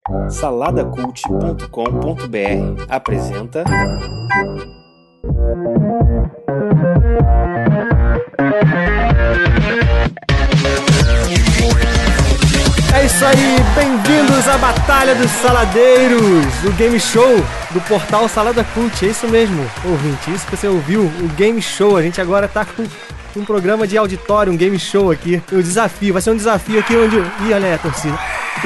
Saladacult.com.br apresenta É isso aí, bem-vindos à Batalha dos Saladeiros, o game show do portal Salada Cult. É isso mesmo, ouvinte, isso que você ouviu, o game show. A gente agora tá com um programa de auditório, um game show aqui. O desafio, vai ser um desafio aqui onde... Ih, olha aí a torcida.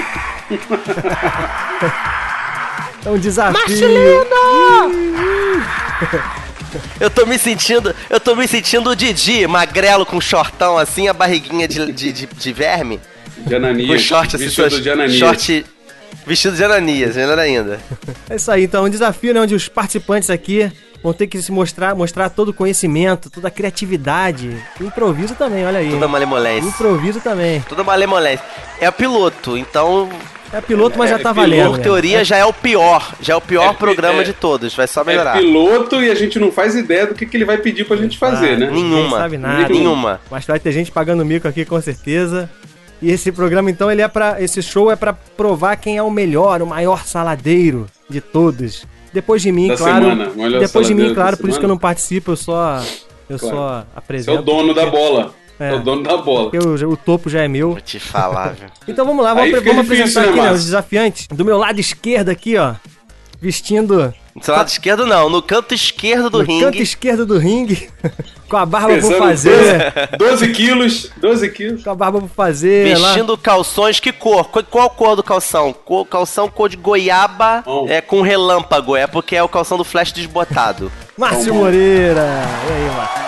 É um desafio. Marcelino! Eu tô me sentindo o Didi, magrelo com shortão assim, a barriguinha de verme. De Ananias, com short, assim, vestido de Ananias. Short, vestido de Ananias, melhor ainda. É isso aí, então, um desafio, né, onde os participantes aqui vão ter que se mostrar todo o conhecimento, toda a criatividade, improviso também, olha aí. Toda malemolência. Improviso também. Toda malemolência. É piloto, então... É piloto, mas já tá valendo. Por teoria, já é o pior. Já é o pior programa de todos. Vai só melhorar. É piloto e a gente não faz ideia do que ele vai pedir pra gente fazer, né? Nenhuma. Não sabe nada. Nenhuma. Mas vai ter gente pagando mico aqui, com certeza. E esse programa, então, esse show é pra provar quem é o melhor, o maior saladeiro de todos. Depois de mim, da claro. Semana. Depois de mim, claro, por isso que eu não participo, eu só apresento. Você é o dono da bola. É o dono da bola. Porque o topo já é meu. Vou te falar, velho. Então vamos lá, vamos apresentar aqui, né, os desafiantes. Do meu lado esquerdo aqui, ó, vestindo... Do seu lado esquerdo não, no canto esquerdo do ringue. No canto esquerdo do ringue, com a barba pesando por fazer. 12 quilos. Com a barba por fazer. Vestindo calções, que cor? Qual a cor do calção? Calção cor de goiaba, com relâmpago, é porque é o calção do Flash desbotado. Márcio Moreira. E aí, Márcio?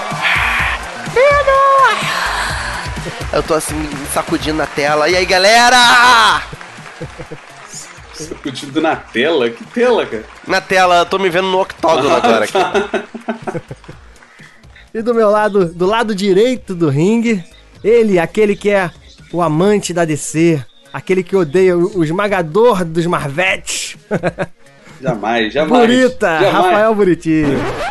Eu tô assim, me sacudindo na tela. E aí, galera? Sacudindo na tela? Que tela, cara? Na tela, eu tô me vendo no octógono agora aqui. E do meu lado, do lado direito do ringue, ele, aquele que é o amante da DC, aquele que odeia o esmagador dos Marvetes. Jamais. Burita, jamais. Rafael Buriti.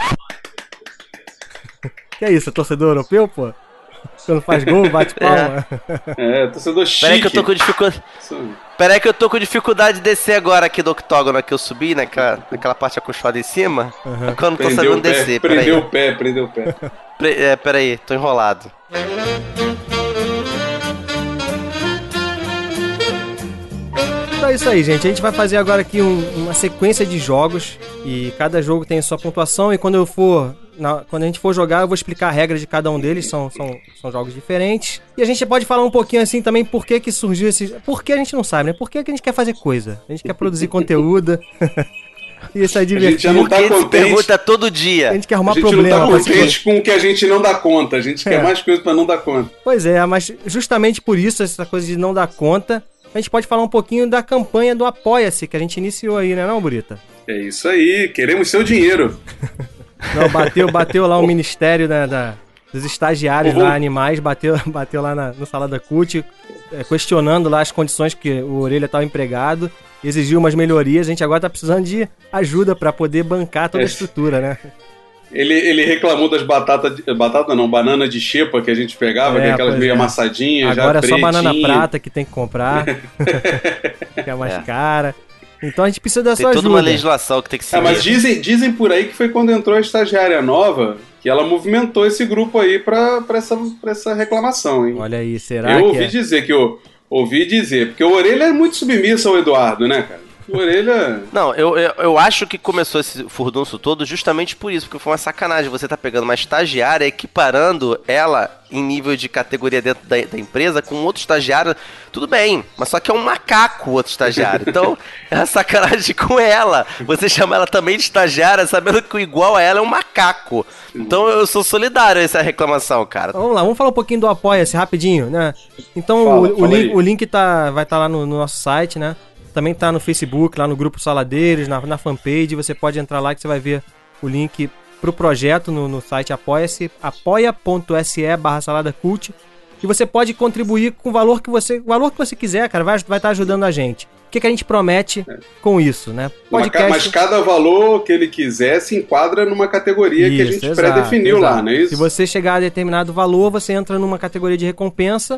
Que é isso, torcedor europeu, pô? Quando faz gol, bate palma. Torcedor chique. Peraí que eu tô com dificuldade de descer agora aqui do octógono que eu subi, naquela parte acolchoada em cima. Quando não tô sabendo descer. Prendeu o pé. Peraí, tô enrolado. Então é isso aí, gente. A gente vai fazer agora aqui uma sequência de jogos. E cada jogo tem a sua pontuação. E quando a gente for jogar, eu vou explicar a regra de cada um deles. São jogos diferentes. E a gente pode falar um pouquinho assim também por que surgiu esse... Por que a gente não sabe, né? Por que a gente quer fazer coisa? A gente quer produzir conteúdo. E isso é divertido. A gente já não tá contente. Pergunta todo dia. A gente quer arrumar problema. A gente não tá contente com o que a gente não dá conta. A gente quer mais coisa pra não dar conta. Pois é, mas justamente por isso, essa coisa de não dar conta, a gente pode falar um pouquinho da campanha do Apoia-se, que a gente iniciou aí, né, não, Burita? É isso aí, queremos seu dinheiro. Não, bateu lá o ministério dos estagiários lá, animais, bateu lá no Salada Cult, questionando lá as condições que o Orelha estava empregado, exigiu umas melhorias. A gente agora tá precisando de ajuda para poder bancar toda a estrutura, né? Ele reclamou das banana de xepa que a gente pegava, que é aquelas meio amassadinhas, agora já é só banana prata que tem que comprar, que é mais cara. Então a gente precisa da sua ajuda. Tem toda uma legislação que tem que ser. Mas dizem por aí que foi quando entrou a estagiária nova que ela movimentou esse grupo aí pra essa reclamação, hein? Olha aí, será eu ouvi dizer, porque o Orelha é muito submisso ao Eduardo, né, cara? O Orelha... Não, eu acho que começou esse furdunço todo justamente por isso, porque foi uma sacanagem. Você tá pegando uma estagiária, equiparando ela em nível de categoria dentro da empresa com outro estagiário. Tudo bem, mas só que é um macaco o outro estagiário. Então, é uma sacanagem com ela. Você chama ela também de estagiária, sabendo que o igual a ela é um macaco. Então, eu sou solidário a essa reclamação, cara. Vamos lá, vamos falar um pouquinho do Apoia-se rapidinho, né? Então, o link vai estar lá no nosso site, né? Também tá no Facebook, lá no Grupo Saladeiros, na fanpage. Você pode entrar lá que você vai ver o link pro projeto no site Apoia-se, apoia.se/saladacult. E você pode contribuir com o valor que você quiser, cara. Vai estar ajudando a gente. O que a gente promete com isso, né? Podcast... Mas cada valor que ele quiser se enquadra numa categoria que a gente pré-definiu lá, não é isso? Se você chegar a determinado valor, você entra numa categoria de recompensa.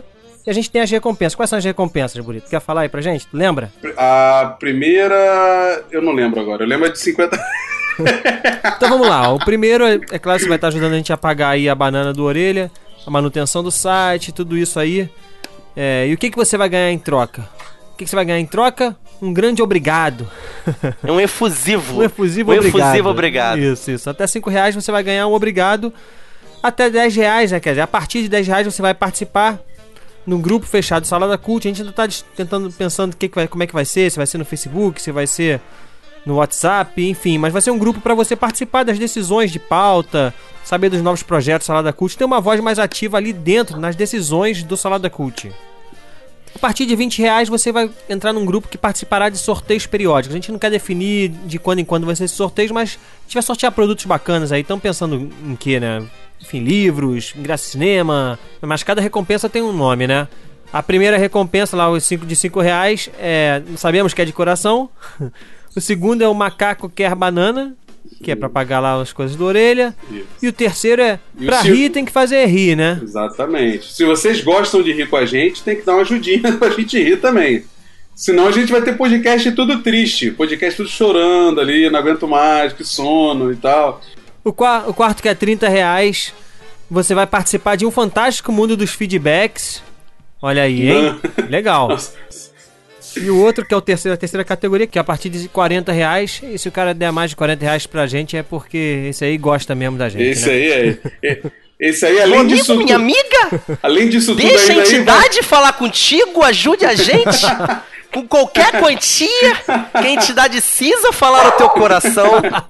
E a gente tem as recompensas. Quais são as recompensas, Burito? Quer falar aí pra gente? Tu lembra? A primeira, eu não lembro agora. Eu lembro de 50... Então vamos lá. O primeiro, é claro, você vai estar ajudando a gente a pagar aí a banana do Orelha, a manutenção do site, tudo isso aí. E o que você vai ganhar em troca? O que você vai ganhar em troca? Um grande obrigado. É um efusivo. Um efusivo obrigado. Isso. Até R$5 você vai ganhar um obrigado. Até R$10, né? Quer dizer, a partir de R$10 você vai participar num grupo fechado Salada Cult. A gente ainda tá pensando como é que vai ser. Se vai ser no Facebook, se vai ser no WhatsApp, enfim. Mas vai ser um grupo para você participar das decisões de pauta, saber dos novos projetos Salada Cult. Ter uma voz mais ativa ali dentro, nas decisões do Salada Cult. A partir de R$20 você vai entrar num grupo que participará de sorteios periódicos. A gente não quer definir de quando em quando vai ser esses sorteios, mas a gente vai sortear produtos bacanas aí. Estão pensando em quê, né? Enfim, livros, ingresso de cinema. Mas cada recompensa tem um nome, né? A primeira recompensa lá, os de R$5, sabemos que é de coração. O segundo é o macaco quer banana, que é pra pagar lá as coisas do Orelha. Isso. E o terceiro é pra rir tem que fazer rir, né? Exatamente. Se vocês gostam de rir com a gente, tem que dar uma ajudinha pra gente rir também. Senão a gente vai ter podcast tudo triste. Podcast tudo chorando ali, não aguento mais, que sono e tal. O quarto que é R$30, você vai participar de um fantástico mundo dos feedbacks. Olha aí, hein? Legal. Nossa. E o outro, que é a terceira categoria, que é a partir de R$40. E se o cara der mais de R$40 pra gente, é porque esse aí gosta mesmo da gente. Esse aí Esse aí, além disso tudo. Minha amiga! Além disso tudo, deixa a entidade falar contigo, ajude a gente. Com qualquer quantia que a entidade Cisa falar no teu coração.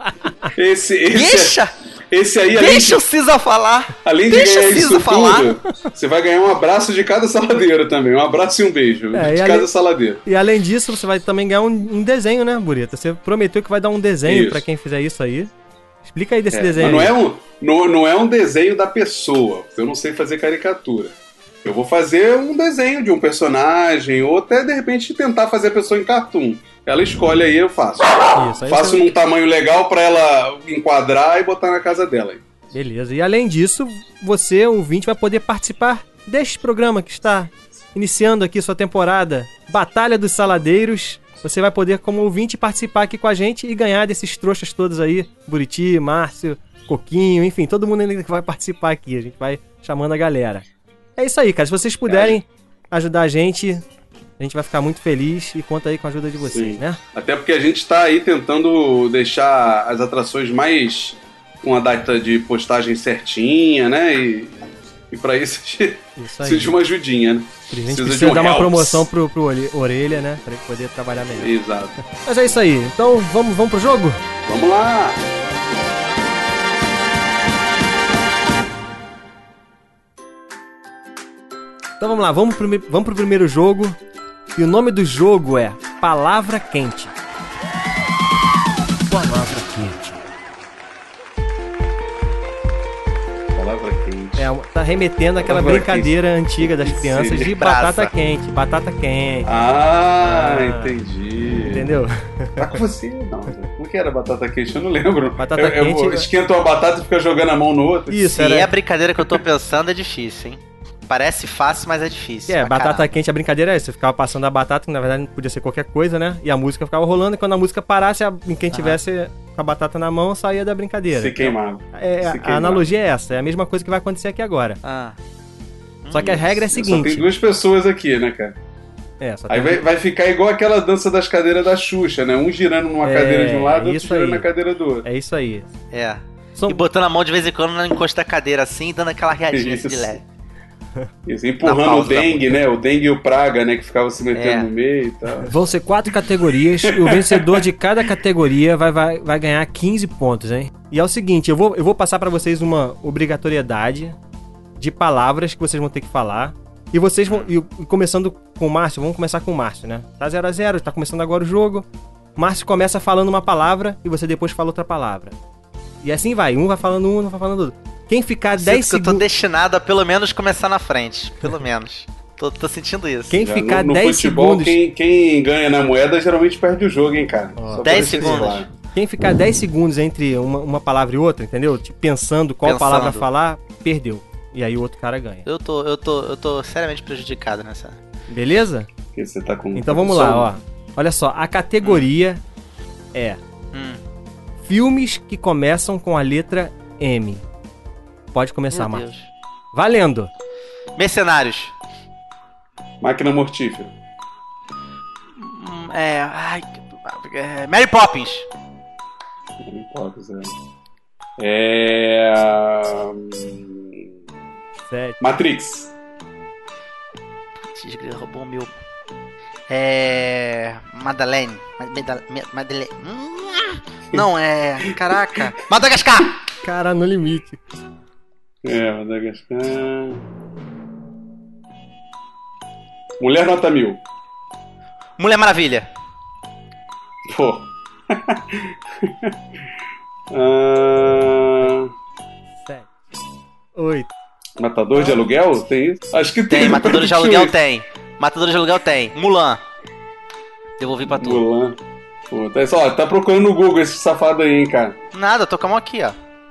Deixa! Esse aí, deixa o Cisa falar. Além de ganhar isso tudo, você vai ganhar um abraço de cada saladeiro também. Um abraço e um beijo de cada saladeiro. E além disso, você vai também ganhar um desenho, né, Burita? Você prometeu que vai dar um desenho pra quem fizer isso aí. Explica aí desse desenho. Mas não é um desenho da pessoa, porque eu não sei fazer caricatura. Eu vou fazer um desenho de um personagem, ou até, de repente, tentar fazer a pessoa em cartoon. Ela escolhe aí, eu faço. Isso, faço num tamanho legal pra ela enquadrar e botar na casa dela. Beleza. E além disso, você, ouvinte, vai poder participar deste programa que está iniciando aqui sua temporada, Batalha dos Saladeiros. Você vai poder, como ouvinte, participar aqui com a gente e ganhar desses trouxas todos aí. Buriti, Márcio, Coquinho, enfim, todo mundo ainda que vai participar aqui. A gente vai chamando a galera. É isso aí, cara. Se vocês puderem ajudar a gente vai ficar muito feliz e conta aí com a ajuda de vocês, né? Até porque a gente está aí tentando deixar as atrações mais com a data de postagem certinha, né? E para isso precisa de uma ajudinha, né? A gente precisa dar uma promoção pro Orelha, né? Pra ele poder trabalhar melhor. Exato. Mas é isso aí. Então, vamos pro jogo? Vamos lá! Então vamos lá, vamos pro primeiro jogo. E o nome do jogo é Palavra Quente. Palavra quente. Palavra quente. Tá remetendo àquela brincadeira antiga das crianças de batata quente. Batata quente. Entendi. Entendeu? Tá com você? Não. Como que era batata quente? Eu não lembro. Batata quente. Esquenta uma batata e fica jogando a mão no outro. Isso, e a brincadeira que eu tô pensando é difícil, hein? Parece fácil, mas é difícil. Batata quente, a brincadeira é essa. Você ficava passando a batata, que na verdade não podia ser qualquer coisa, né? E a música ficava rolando, e quando a música parasse, quem tivesse com a batata na mão saía da brincadeira. Se queimava. A analogia é essa, é a mesma coisa que vai acontecer aqui agora. Só que a regra é a seguinte. Só tem duas pessoas aqui, né, cara? Aí vai ficar igual aquela dança das cadeiras da Xuxa, né? Um girando numa cadeira de um lado, outro girando na cadeira do outro. É isso aí. E botando a mão de vez em quando na encosta da cadeira assim, dando aquela riadinha de leve. Isso, empurrando o dengue, né? O dengue e o praga, né? Que ficavam se metendo no meio e tal. Vão ser 4 categorias e o vencedor de cada categoria vai ganhar 15 pontos, hein? E é o seguinte, eu vou passar pra vocês uma obrigatoriedade de palavras que vocês vão ter que falar. E vocês vão... E começando com o Márcio, vamos começar com o Márcio, né? Tá 0-0, tá começando agora o jogo. Márcio começa falando uma palavra e você depois fala outra palavra. E assim vai, um vai falando um, outro vai falando outro. Quem ficar 10 segundos... Eu tô destinado a pelo menos começar na frente. Pelo menos. Tô sentindo isso. Quem ficar no 10 futebol, segundos... Quem ganha na moeda geralmente perde o jogo, hein, cara? 10 segundos. Quem ficar 10 segundos entre uma palavra e outra, entendeu? Tipo, pensando qual palavra falar, perdeu. E aí o outro cara ganha. Eu tô seriamente prejudicado nessa. Beleza? Porque você tá com. Então vamos lá, ó. Olha só, a categoria é filmes que começam com a letra M. Pode começar, Meu Marcos. Deus. Valendo! Mercenários. Máquina mortífera. Mary Poppins. Não pode, Zé. 7. Matrix. Putz, roubou o meu. Madeleine. Madeleine. Não, caraca. Madagascar. Cara, no limite. Madagascar. Mulher nota 1000. Mulher Maravilha. Pô. 7. 8. Matador de aluguel? Tem isso? Acho que tem. Tem, Matadores de Aluguel tem. Matadores de Aluguel tem. Mulan. Devolvi pra tu. Mulan. Pô, tá procurando no Google esse safado aí, hein, cara. Nada, tô com a mão aqui, ó.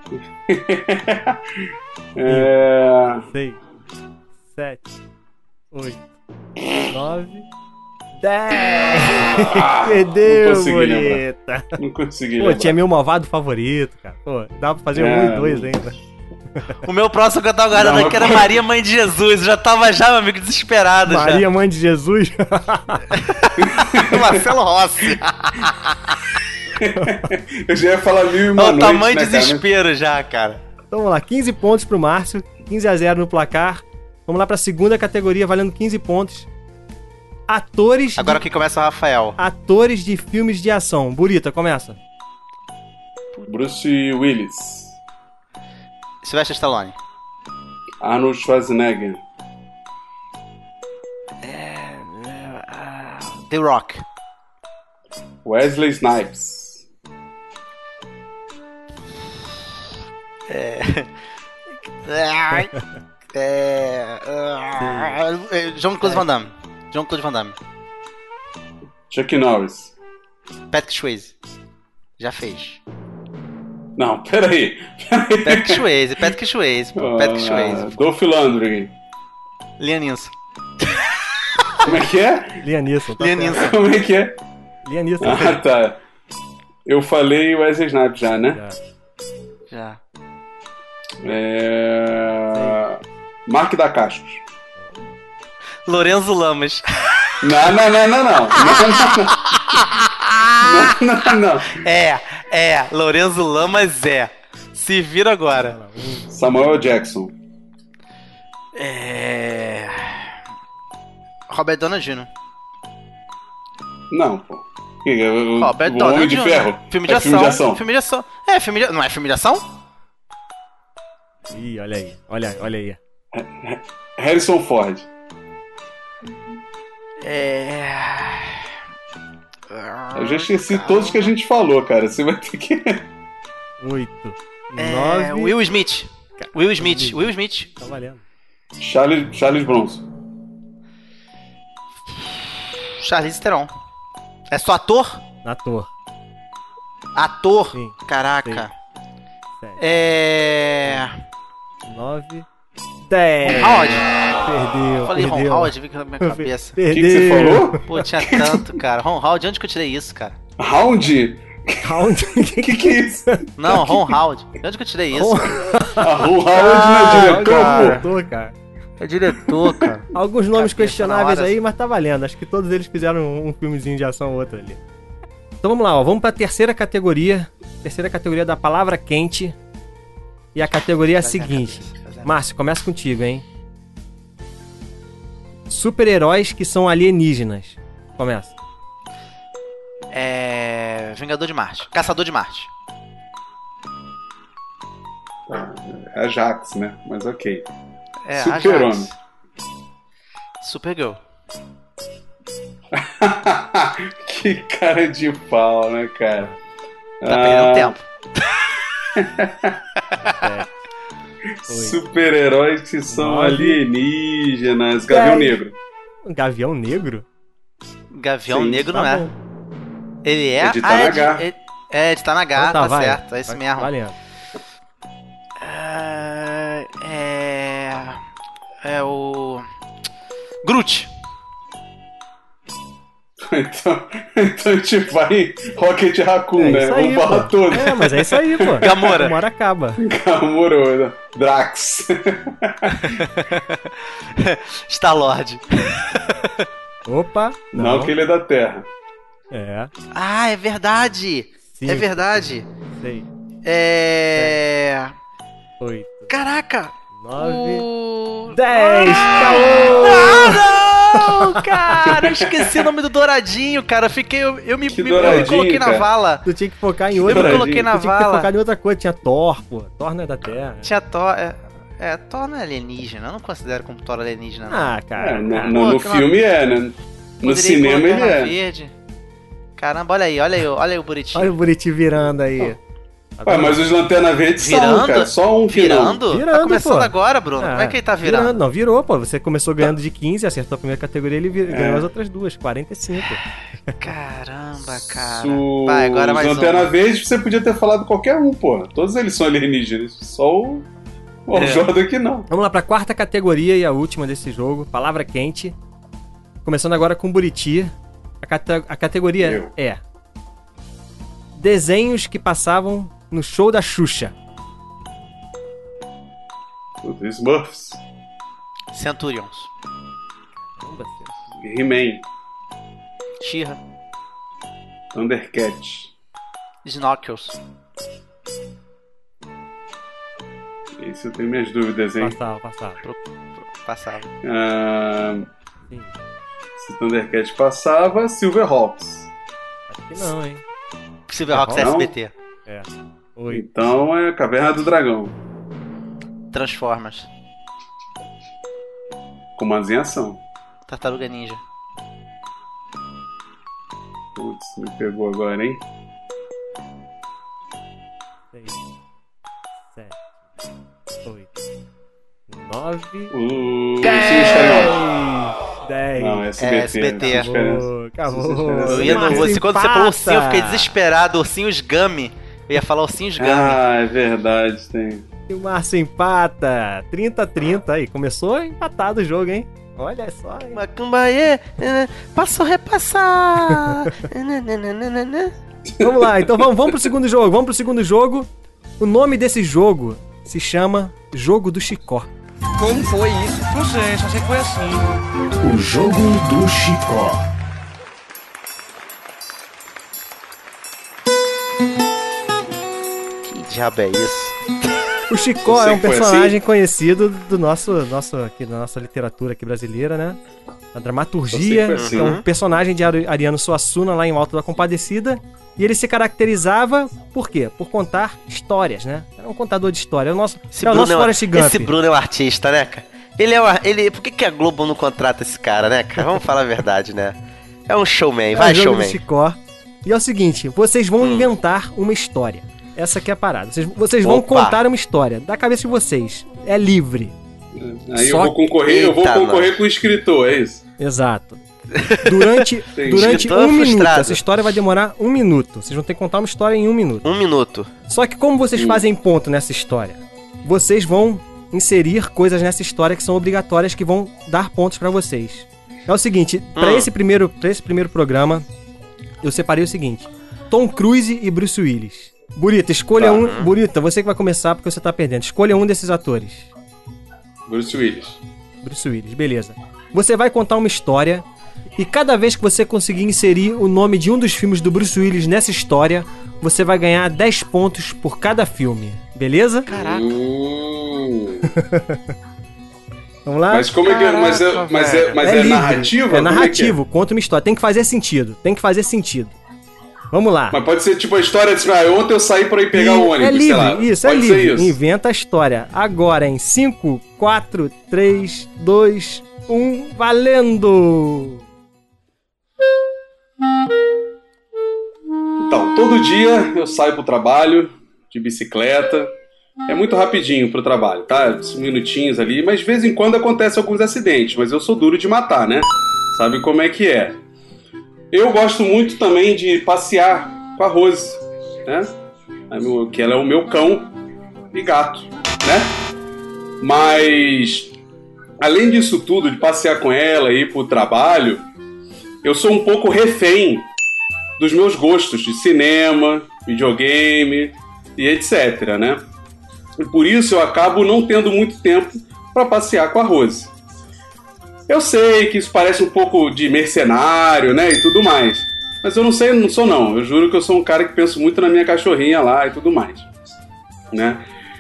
6. 7. 8. 9. 10. Perdeu, não consegui bonita. Não consegui Pô, lembrar. tinha meu malvado favorito, cara. Pô, dá pra fazer 1 e 2 ainda. O meu próximo que eu tava guardando Não, aqui era mas- Maria, Mãe de Jesus. Eu já tava meu amigo, desesperado Maria, mãe de Jesus. já. Marcelo Rossi. Eu já ia falar 1000 e É uma o noite, tamanho né, de cara? desespero já, cara. Então vamos lá, 15 pontos pro Márcio, 15-0 no placar. Vamos lá pra segunda categoria, valendo 15 pontos. Atores Agora que começa o Rafael. atores de filmes de ação. Burita, começa. Bruce Willis. Sylvester Stallone. Arnold Schwarzenegger. The Rock. Wesley Snipes. Jean-Claude Van Damme. Jean-Claude Van Damme. Chuck Norris. Patrick Swayze. Já fez. Não, peraí. Patrick Swayze, Patrick Swayze, pô. Patrick Swayze. Dolph Lundgren. Liam Neeson. Como é que é? Liam Neeson. Tá Liam certo. Neeson. Como é que é? Liam Neeson. Ah, tá. Eu falei Wesley Snipes já, né? Já. Mark da Cascos. Lorenzo Lamas. Não. Não. Lorenzo Lamas é. Se vira agora. Samuel Jackson. Robert Downey Jr. Não, pô. Robert O Downey Homem de Jr. Ferro. Filme de É ação. filme de ação. Filme de ação. Não é filme de ação? Ih, olha aí. Olha aí. Harrison Ford. Eu já esqueci todos que a gente falou, cara. Você vai ter que... 8. 9. Will Smith. Will Smith. Tá valendo. Charles Bronson. Charlize Theron. É só ator? Ator. Ator? Sim. Caraca. 7. 9. 10. Ron Howard. Perdeu. Falei Ron perdeu. Howard, vi que na minha cabeça. O Perdeu. que você falou? Pô, tinha tanto, cara. Ron Howard, onde que eu tirei isso, cara? Round? Round. Que é isso? Não, Ron Howard. Onde que eu tirei isso? O Howard não é diretor, pô. Diretor, cara. É diretor, cara. Alguns nomes Cabeça questionáveis na hora. aí, mas tá valendo. Acho que todos eles fizeram um filmezinho de ação ou outro ali. Então vamos lá, ó. Vamos pra terceira categoria. Terceira categoria da palavra quente. E a categoria é a seguinte. Márcio, começa contigo, hein? Super-heróis que são alienígenas. Começa. Vingador de Marte. Caçador de Marte. É Ajax, né? Mas ok. Super-Homem. Super-Homem. Supergirl. Que cara de pau, né, cara? Tá perdendo tempo. Super-heróis que são 9. alienígenas. Gavião 10. Negro. Um gavião negro? Gavião Sim, Negro tá não é. bom. Ele é... É de Tanagá. É de Tanagá, Então tá vai. certo. É isso Vai, mesmo. Valendo. É o... Groot. Então a gente vai em Rocket Raccoon, né? isso aí, Vamos falar pô. todo. É, mas é isso aí, pô. Gamora. Gamora acaba. Gamorou, Drax. Star-Lord. Opa. Não, que ele é da Terra. É, Ah, é verdade. Cinco. É verdade. 6, É... 8, Caraca. 9, 10. Caô! Não, cara, eu esqueci o nome do Douradinho, cara. Eu me Douradinho, coloquei na cara? vala. Tu tinha que focar em Eu outra. me coloquei na Tu tinha que ter vala. focado em outra coisa. Tinha Thor, pô. Thor não é da Terra. Tinha Thor. Thor não é alienígena. Eu não considero como Thor alienígena. Não. Ah, cara. No Pô, filme é, né? No Poderia cinema pôr ele Lanterna é. Verde. Caramba, olha aí o bonitinho. Olha o Buriti virando aí. Ué, mas os Lanterna Verde são, Virando? cara. Só um que não. Virando? Virando, Tá começando pô. agora, Bruno. Como é que ele tá virando? Não, virou, pô. Você começou ganhando de 15, acertou a primeira categoria, ele ganhou as outras duas, 45. Caramba, cara. Os Vai, agora mais Lanterna um. Verde você podia ter falado qualquer um, pô. Todos eles são alienígenas. Só o Jordan que não. Vamos lá pra quarta categoria e a última desse jogo, palavra quente. Começando agora com Buriti. A categoria Eu. é desenhos que passavam no show da Xuxa. Os Smurfs. Centurions. Caramba, He-Man. She-Ra. Thundercat. Snorkels. Esse eu tenho minhas dúvidas, hein? Passava. Passava. Sim, Se Thundercat passava, Silverhawks. acho que não, hein? Silverhawks Não? SBT. É. 8. Então é Caverna do Dragão. Transformers. Comandos em ação. Tartaruga Ninja. Putz, me pegou agora, hein? 6, 7, 8, 9, Ursinhos Carinhosos. 10. Não, é SBT. SBT. Não tem diferença. Acabou. Eu ia no Márcio ursinho. Quando você falou ursinho, eu fiquei empata. desesperado. Ursinhos Gummy. Eu ia falar ursinhos Gummy. Ah, é verdade, tem. E o Márcio empata. 30-30 aí. Começou empatado o jogo, hein? Olha só, hein? Macumbaê, passou repassar. Vamos lá, então vamos pro segundo jogo. O nome desse jogo se chama Jogo do Chicó. Como foi isso? Não sei, só sei que foi assim. O jogo do Chicó. Que diabo é isso? O Chicó Eu sei é um que foi personagem conhecido do aqui, da nossa literatura aqui brasileira, né? Da dramaturgia. Eu sei que foi É assim. um personagem de Ariano Suassuna lá em Alto da Compadecida. E ele se caracterizava por quê? Por contar histórias, né? Era um contador de história. É o nosso Forrest Gump. Esse Bruno é um artista, né, cara? Por que a Globo não contrata esse cara, né, cara? Vamos falar a verdade, né? É um showman, vai, É o jogo do showman. Chicó. E é o seguinte, vocês vão inventar uma história. Essa aqui é a parada. Vocês vão Opa. contar uma história da cabeça de vocês. É livre. Aí Só- eu vou concorrer, Eita, com o escritor, é isso? Exato. Durante Escritor um minuto. frustrado. Essa história vai demorar 1 minuto. Vocês vão ter que contar uma história em 1 minuto. 1 minuto. Só que como vocês fazem ponto nessa história? Vocês vão inserir coisas nessa história que são obrigatórias, que vão dar pontos pra vocês. É o seguinte, pra esse primeiro programa, eu separei o seguinte: Tom Cruise e Bruce Willis. Burita, escolha um. Burita, você que vai começar porque você tá perdendo. Escolha um desses atores. Bruce Willis. Bruce Willis, beleza. Você vai contar uma história e cada vez que você conseguir inserir o nome de um dos filmes do Bruce Willis nessa história, você vai ganhar 10 pontos por cada filme, beleza? Caraca. Vamos lá? Mas como é que é? Mas é livre, narrativa? É Como narrativo, conta uma história. Tem que fazer sentido. Vamos lá. Mas pode ser tipo a história de ontem eu saí pra ir pegar o ônibus, é livre, sei lá. isso, Pode é ser livre. isso. Inventa a história. Agora em 5, 4, 3, 2, 1, valendo! Então, todo dia eu saio pro trabalho de bicicleta. É muito rapidinho pro trabalho, tá? 5 minutinhos ali, mas de vez em quando acontecem alguns acidentes, mas eu sou duro de matar, né? Sabe como é que é? Eu gosto muito também de passear com a Rose, né? Que ela é o meu cão e gato, né? Mas além disso tudo, de passear com ela e ir pro trabalho, eu sou um pouco refém dos meus gostos de cinema, videogame e etc, né? E por isso eu acabo não tendo muito tempo para passear com a Rose. Eu sei que isso parece um pouco de mercenário, né, e tudo mais. Mas eu não sou não. Eu juro que eu sou um cara que penso muito na minha cachorrinha lá e tudo mais, né?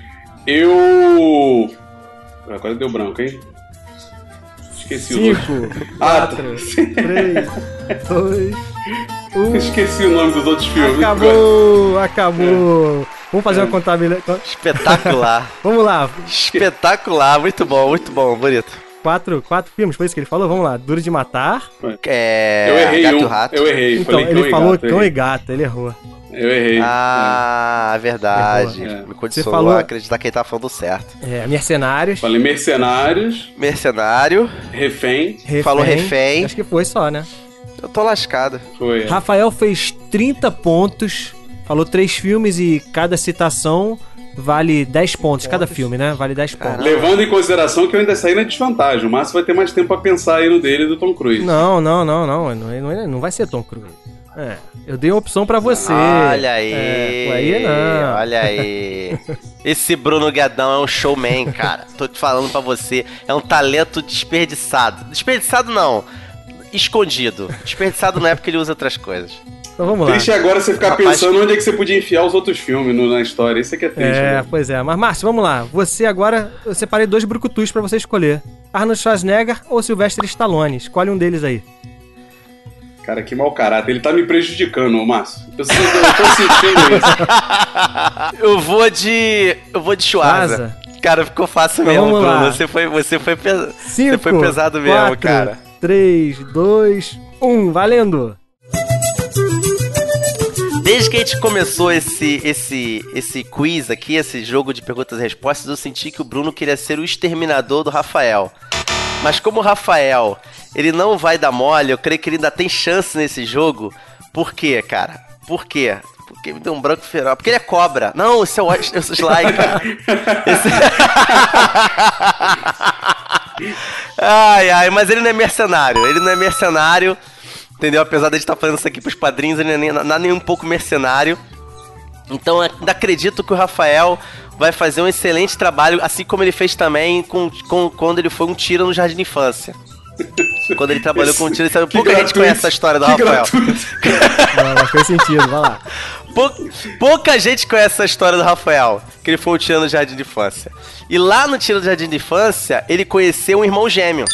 Agora deu branco, hein? Esqueci 5, 4, 3, 2, 1. Esqueci o nome dos outros filmes. Acabou. Vamos fazer uma contabilidade. Espetacular. Vamos lá. Espetacular. Muito bom, bonito. 4 filmes, foi isso que ele falou? Vamos lá. Duro de Matar. Eu errei Gato e o Rato. Eu errei. Então, ele falou Cão e Gato, ele errou. Eu errei. Verdade. Errou. Me condicionou a acreditar que ele tava falando certo. Mercenários. Falei Mercenários. Mercenário. Refém. Falou Refém. Acho que foi só, né? Eu tô lascado. Foi. Rafael fez 30 pontos. Falou 3 filmes e cada citação vale 10 pontos. Cada filme, né? Vale 10 pontos. Levando em consideração que eu ainda saí na desvantagem. O Márcio vai ter mais tempo pra pensar aí no dele do Tom Cruise. Não. Não vai ser Tom Cruise. Eu dei uma opção pra você. Olha aí. Aí não. Olha aí. Esse Bruno Guedão é um showman, cara. Tô te falando pra você. É um talento desperdiçado. Desperdiçado não. Escondido. Desperdiçado não é porque ele usa outras coisas. Então vamos lá. Triste agora você ficar pensando onde é que você podia enfiar os outros filmes na história. Isso é que é triste. Né? Pois é. Mas, Márcio, vamos lá. Você agora... Eu separei 2 brucutus pra você escolher. Arnold Schwarzenegger ou Sylvester Stallone. Escolhe um deles aí. Cara, que mau caráter. Ele tá me prejudicando, Márcio. Eu tô sentindo isso. Eu vou de Schwarza. Cara, ficou fácil então mesmo, Bruno. Você foi pesado 5, mesmo, 4, cara. 3, 2, 1. Valendo! Desde que a gente começou esse quiz aqui, esse jogo de perguntas e respostas, eu senti que o Bruno queria ser o exterminador do Rafael. Mas como o Rafael, ele não vai dar mole, eu creio que ele ainda tem chance nesse jogo. Por quê, cara? Por quê? Porque me deu um branco feroz. Porque ele é cobra. Não, esse é o Sly, cara. Mas ele não é mercenário. Entendeu? Apesar de a gente estar fazendo isso aqui pros padrinhos, ele não é nem um pouco mercenário. Então, ainda acredito que o Rafael vai fazer um excelente trabalho, assim como ele fez também quando ele foi um tira no Jardim de Infância. Quando ele trabalhou com um tira, pouca gente conhece a história do Rafael. Não, fez sentido, vai lá. Pouca gente conhece essa história do Rafael, que ele foi um tira no Jardim de Infância. E lá no tira do Jardim de Infância, ele conheceu um irmão gêmeo.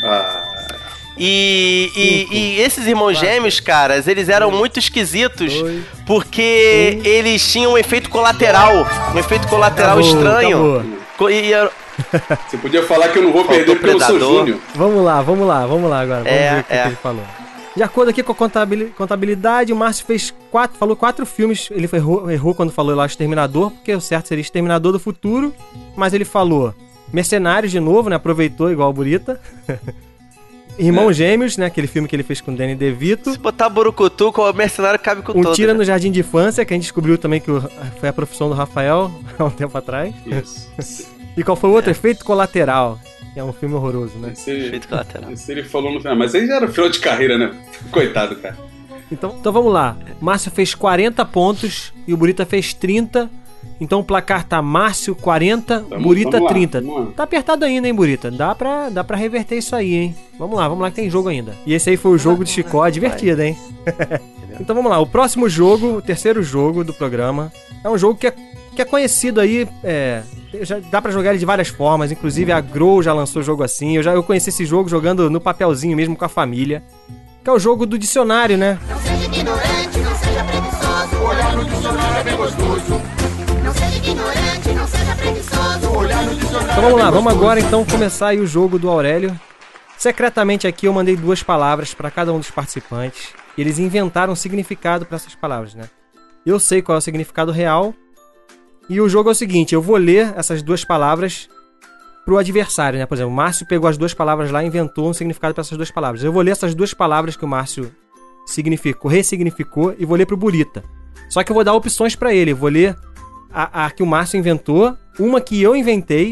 E esses irmãos gêmeos, caras, eles eram muito esquisitos porque eles tinham um efeito colateral estranho. Você podia falar que eu não vou perder porque eu sou Júnior. Vamos lá agora. Vamos ver o que ele falou. De acordo aqui com a contabilidade, o Márcio fez falou 4 filmes. Ele errou quando falou lá Exterminador, porque o certo seria Exterminador do Futuro. Mas ele falou Mercenários de novo, né? Aproveitou igual a Burita. Irmãos Gêmeos, né? Aquele filme que ele fez com o Danny DeVito. Se botar Borucutu, o mercenário cabe com todo. Tira no Jardim de Infância, que a gente descobriu também que foi a profissão do Rafael há um tempo atrás. Isso. E qual foi o outro? Efeito Colateral. Que é um filme horroroso, né? Efeito Colateral. Esse ele falou no final. Mas aí já era final de carreira, né? Coitado, cara. Então vamos lá. Márcio fez 40 pontos e o Burita fez 30. Então o placar tá Márcio 40, Burita 30. Tá apertado ainda, hein, Burita? Dá pra reverter isso aí, hein? Vamos lá que tem jogo ainda. E esse aí foi o jogo de Chicó, divertido, hein? Então vamos lá, o próximo jogo, o terceiro jogo do programa, é um jogo que é conhecido aí, já dá pra jogar ele de várias formas, inclusive a Grow já lançou jogo assim, eu conheci esse jogo jogando no papelzinho mesmo com a família, que é o jogo do dicionário, né? Não seja ignorante, não seja preguiçoso, olhar no dicionário é bem gostoso. Não seja ignorante, não seja preguiçoso, olhar no dicionário. Então vamos lá, vamos agora então começar aí o jogo do Aurélio. Secretamente aqui eu mandei 2 palavras para cada um dos participantes. E eles inventaram um significado para essas palavras, né? Eu sei qual é o significado real. E o jogo é o seguinte, eu vou ler essas 2 palavras pro adversário, né? Por exemplo, o Márcio pegou as 2 palavras lá e inventou um significado para essas 2 palavras. Eu vou ler essas 2 palavras que o Márcio ressignificou e vou ler pro Burita. Só que eu vou dar opções para ele. Eu vou ler a que o Márcio inventou, uma que eu inventei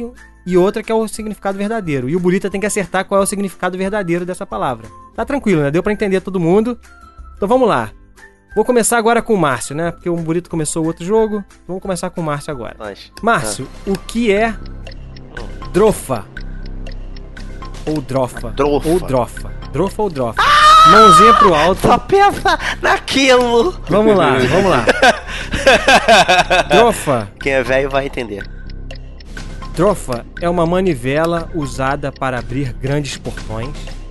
e outra que é o significado verdadeiro. E o Burita tem que acertar qual é o significado verdadeiro dessa palavra. Tá tranquilo, né? Deu pra entender todo mundo. Então vamos lá. Vou começar agora com o Márcio, né? Porque o Burito começou o outro jogo. Vamos começar com o Márcio agora. Márcio, o que é drofa? Ou drofa? Drofa. Ou drofa. Drofa ou drofa? Mãozinha pro alto. Só pensa naquilo. Vamos lá. Drofa. Quem é velho vai entender. Drofa é uma manivela usada para abrir grandes portões.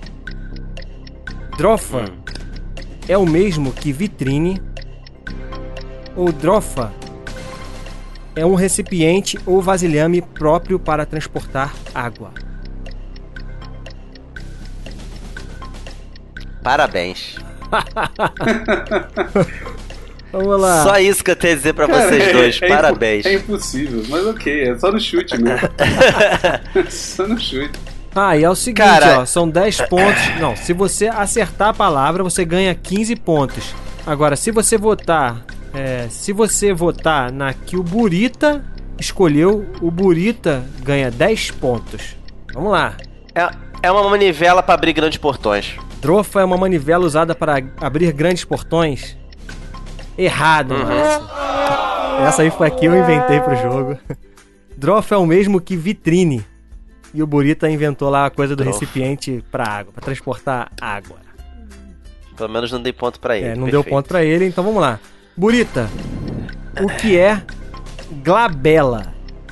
Drofa é o mesmo que vitrine. Ou drofa é um recipiente ou vasilhame próprio para transportar água. Parabéns. Vamos lá. Só isso que eu tenho a dizer pra vocês dois. Parabéns. É impossível, mas ok, é só no chute mesmo. Só no chute. Ah, e é o seguinte, Cara, ó, são 10 pontos. Não, se você acertar a palavra, você ganha 15 pontos. Agora, se você votar na que o Burita escolheu, o Burita ganha 10 pontos. Vamos lá. É uma manivela pra abrir grandes portões. Drofa é uma manivela usada para abrir grandes portões. Errado, Márcio. Essa aí foi a que eu inventei pro jogo. Drofa é o mesmo que vitrine. E o Burita inventou lá a coisa do recipiente pra água, pra transportar água. Pelo menos não dei ponto pra ele. Não deu ponto pra ele, então vamos lá. Burita, o que é glabela?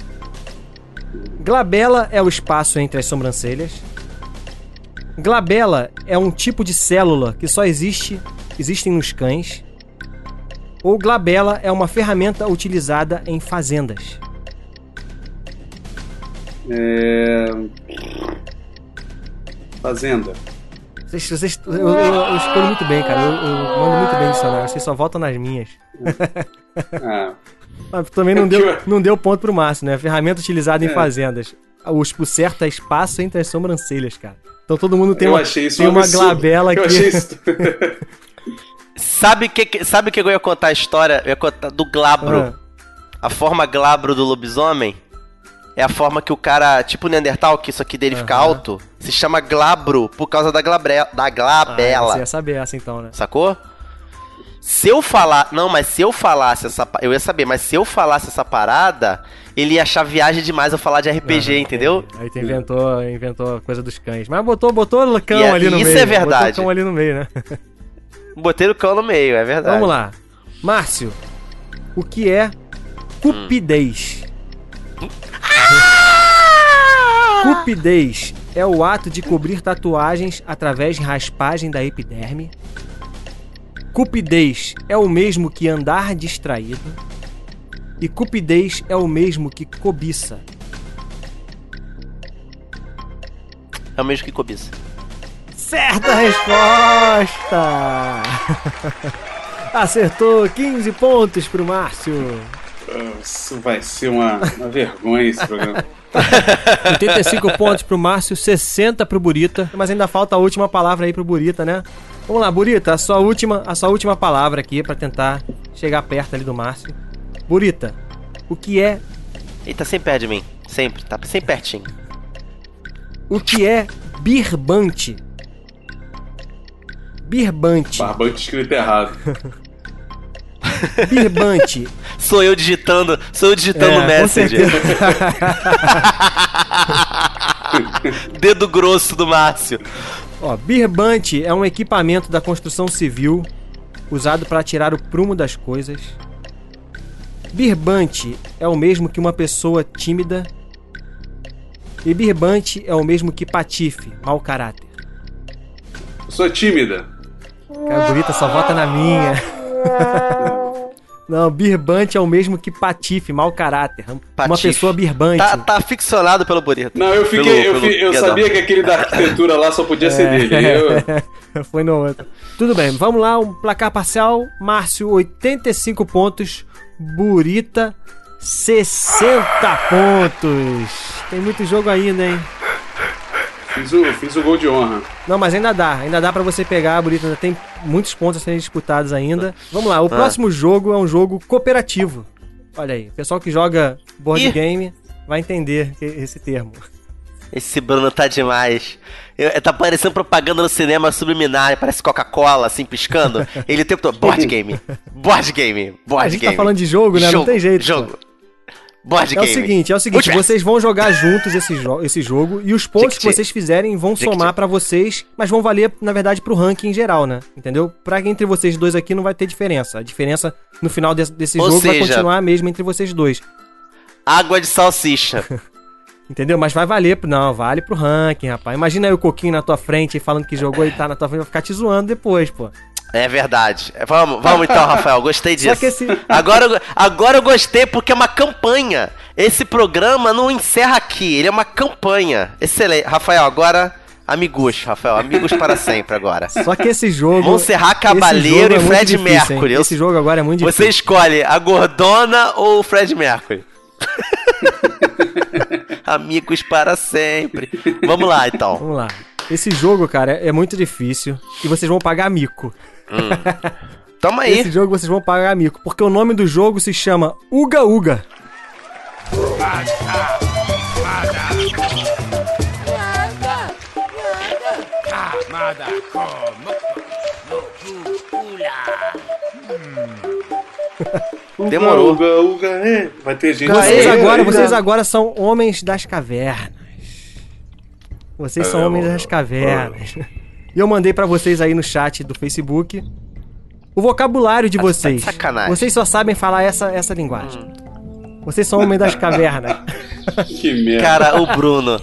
Glabela é o espaço entre as sobrancelhas. Glabela é um tipo de célula que só existem nos cães. Ou glabela é uma ferramenta utilizada em fazendas. Fazenda. Eu escolho muito bem, cara. Eu mando muito bem dicionário. Vocês só voltam nas minhas. Mas também não deu ponto pro Márcio, né? Ferramenta utilizada em fazendas. O certo é espaço entre as sobrancelhas, cara. Então todo mundo tem uma glabela aqui. Eu achei isso. Sabe o que eu ia contar a história? Eu ia contar do glabro. A forma glabro do lobisomem é a forma que o cara, tipo o Neandertal, que isso aqui dele fica alto, se chama glabro por causa da glabela. Você ia saber essa então, né? Sacou? Se eu falar... Não, mas se eu falasse essa... Eu ia saber, mas se eu falasse essa parada, ele ia achar viagem demais eu falar de RPG, entendeu? Aí tu inventou a coisa dos cães. Mas botou o cão ali no meio. Isso é verdade. Botou o cão ali no meio, né? Botei o cão no meio, é verdade. Vamos lá. Márcio, o que é cupidez? Cupidez é o ato de cobrir tatuagens através de raspagem da epiderme. Cupidez é o mesmo que andar distraído. E cupidez é o mesmo que cobiça. É o mesmo que cobiça. Certa resposta! Acertou 15 pontos pro Márcio. Isso vai ser uma vergonha esse programa. 85 pontos pro Márcio, 60 pro Burita. Mas ainda falta a última palavra aí pro Burita, né? Vamos lá, Burita, a sua última palavra aqui pra tentar chegar perto ali do Márcio. Burita, o que é... Ele tá sempre perto de mim. Sempre, tá sempre pertinho. O que é birbante? Birbante. Barbante escrito errado. Birbante. Sou eu digitando no Messenger. Dedo grosso do Márcio. Ó, birbante é um equipamento da construção civil usado para tirar o prumo das coisas. Birbante é o mesmo que uma pessoa tímida. E birbante é o mesmo que patife, mau caráter. Eu sou tímida. Cara, Burita só vota na minha. Não, birbante é o mesmo que patife, mau caráter. Uma pessoa birbante. Tá ficcionado pelo Burita. Não, eu sabia que aquele da arquitetura lá só podia ser dele. Foi no outro. Tudo bem, vamos lá, um placar parcial. Márcio, 85 pontos. Burita, 60 pontos. Tem muito jogo ainda, hein? Fiz o gol de honra. Não, mas ainda dá pra você pegar, Burita, ainda tem muitos pontos a serem disputados ainda. Vamos lá, o próximo jogo é um jogo cooperativo. Olha aí, pessoal que joga board game, vai entender esse termo. Esse Bruno tá demais. Tá parecendo propaganda no cinema subliminar, parece Coca-Cola, assim, piscando. Ele o tempo todo, board game, board game, board A gente game. tá falando de jogo, né? Não tem jeito. Jogo. Board É o game. seguinte, vocês vão jogar juntos esse jogo e os pontos que vocês fizerem vão somar pra vocês, mas vão valer, na verdade, pro ranking em geral, né? Entendeu? Pra que entre vocês dois aqui não vai ter diferença. A diferença no final desse jogo vai continuar a mesma entre vocês dois. Água de salsicha. Entendeu? Mas vai valer, vale pro ranking, rapaz. Imagina aí o Coquinho na tua frente falando que jogou e tá na tua frente, vai ficar te zoando depois, pô. É verdade. Vamos então, Rafael. Gostei disso. Só que esse... Agora eu gostei porque é uma campanha. Esse programa não encerra aqui. Ele é uma campanha. Excelente. Rafael, agora... Amigos para sempre agora. Só que esse jogo... Montserrat Caballero e Fred Mercury. Esse jogo agora é muito difícil. Você escolhe a Gordona ou o Fred Mercury. Amigos para sempre. Vamos lá, então. Vamos lá. Esse jogo, cara, é muito difícil e vocês vão pagar mico. Toma aí. Esse jogo vocês vão pagar mico, porque o nome do jogo se chama Uga Uga. Demorou. Uga, vai ter gente... Vocês agora são homens das cavernas. Vocês são homens das cavernas. E eu mandei pra vocês aí no chat do Facebook o vocabulário de vocês. Tá de sacanagem. Vocês só sabem falar essa linguagem. Vocês são homens das cavernas. Que merda. Cara, o Bruno,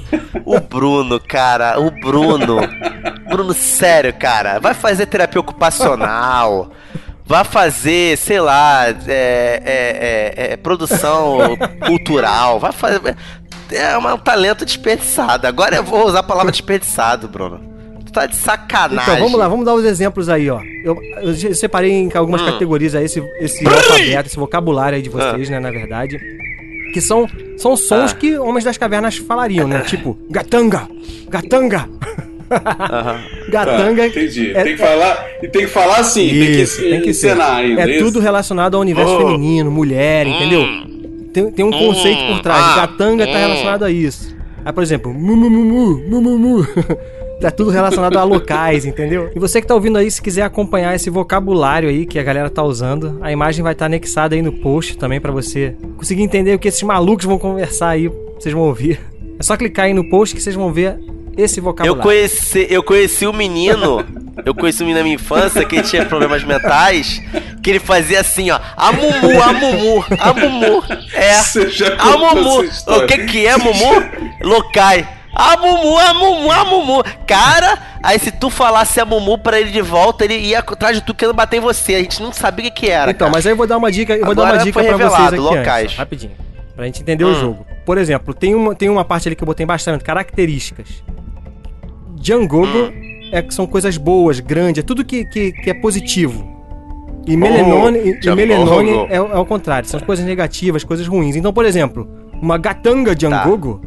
Bruno, sério, cara, vai fazer terapia ocupacional, vai fazer, sei lá, produção cultural, vai fazer... É um talento desperdiçado. Agora eu vou usar a palavra desperdiçado, Bruno. Tu tá de sacanagem. Então, vamos lá, vamos dar os exemplos aí, ó. Eu separei em algumas categorias aí esse alfabeto, esse vocabulário aí de vocês, né, na verdade. Que são sons que homens das cavernas falariam, né? Tipo, gatanga, gatanga. Gatanga. Entendi. Tem que falar assim, isso, tem que encenar ainda. É tudo relacionado ao universo feminino, mulher, entendeu? Tem um conceito por trás. Gatanga tá relacionado a isso. Aí, por exemplo, mumumu. Tá tudo relacionado a locais, entendeu? E você que tá ouvindo aí, se quiser acompanhar esse vocabulário aí que a galera tá usando, a imagem vai estar anexada aí no post também pra você conseguir entender o que esses malucos vão conversar aí, vocês vão ouvir. É só clicar aí no post que vocês vão ver esse vocabulário. Eu conheci um menino na minha infância que tinha problemas mentais, que ele fazia assim, ó, a mumu. É, a mumu. O que é mumu? Locai. A mumu. Cara, aí se tu falasse a mumu pra ele de volta, ele ia atrás de tu querendo bater em você. A gente não sabia o que era. Então, cara. Mas aí eu vou dar uma dica, pra vocês aqui antes, rapidinho, pra gente entender o jogo. Por exemplo, tem uma parte ali que eu botei bastante, características. Djangogo são coisas boas, grandes, é tudo que é positivo. E Melenone é ao contrário, são as coisas negativas, coisas ruins. Então, por exemplo, uma Gatanga Djangogo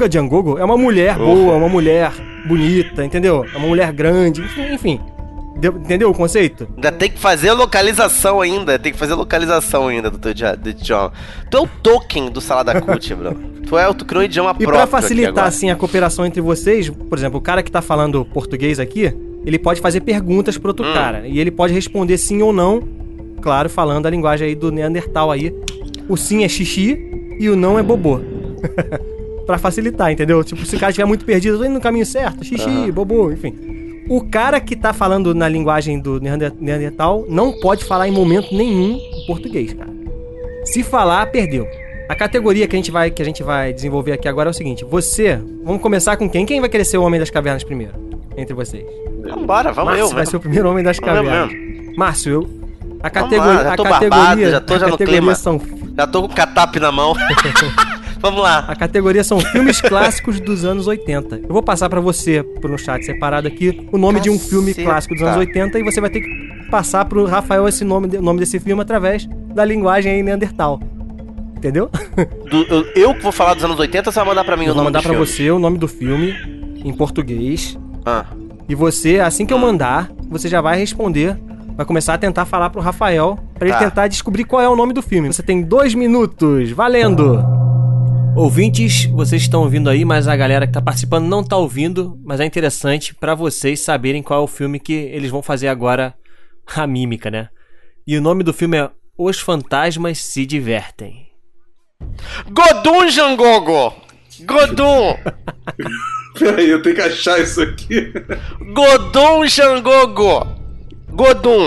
é uma mulher boa, uma mulher bonita, entendeu? É uma mulher grande, enfim. Entendeu o conceito? Ainda tem que fazer localização ainda. Do teu idioma. Tu é o Tolkien do Salada Cult, bro. Tu criou um idioma próprio. E pra facilitar, assim, a cooperação entre vocês, por exemplo, o cara que tá falando português aqui, ele pode fazer perguntas pro outro cara. E ele pode responder sim ou não, claro, falando a linguagem aí do Neandertal aí. O sim é xixi e o não é bobô. Pra facilitar, entendeu? Tipo, se o cara estiver muito perdido, eu tô indo no caminho certo, xixi, bobô, enfim. O cara que tá falando na linguagem do Neandertal não pode falar em momento nenhum português, cara. Se falar, perdeu. A categoria que a gente vai desenvolver aqui agora é o seguinte. Vamos começar com quem? Quem vai querer ser o Homem das Cavernas primeiro? Entre vocês. Vambora, Márcio vai ser o primeiro Homem das Cavernas. Márcio, a categoria já no clima. Já tô com o catap na mão. Vamos lá. A categoria são filmes clássicos dos anos 80. Eu vou passar pra você, no chat separado aqui, o nome de um filme clássico dos anos 80 e você vai ter que passar pro Rafael esse nome desse filme através da linguagem aí Neandertal. Entendeu? Eu que vou falar dos anos 80 ou você vai mandar pra mim o nome do filme? Eu vou mandar pra você o nome do filme em português. E você, assim que eu mandar, você já vai responder. Vai começar a tentar falar pro Rafael pra ele tentar descobrir qual é o nome do filme. Você tem 2 minutos. Valendo! Ouvintes, vocês estão ouvindo aí, mas a galera que tá participando não tá ouvindo, mas é interessante pra vocês saberem qual é o filme que eles vão fazer agora, a mímica, né? E o nome do filme é Os Fantasmas Se Divertem. Godum, Jangogo! Godum! Peraí, eu tenho que achar isso aqui. Godum, Jangogo! Godum!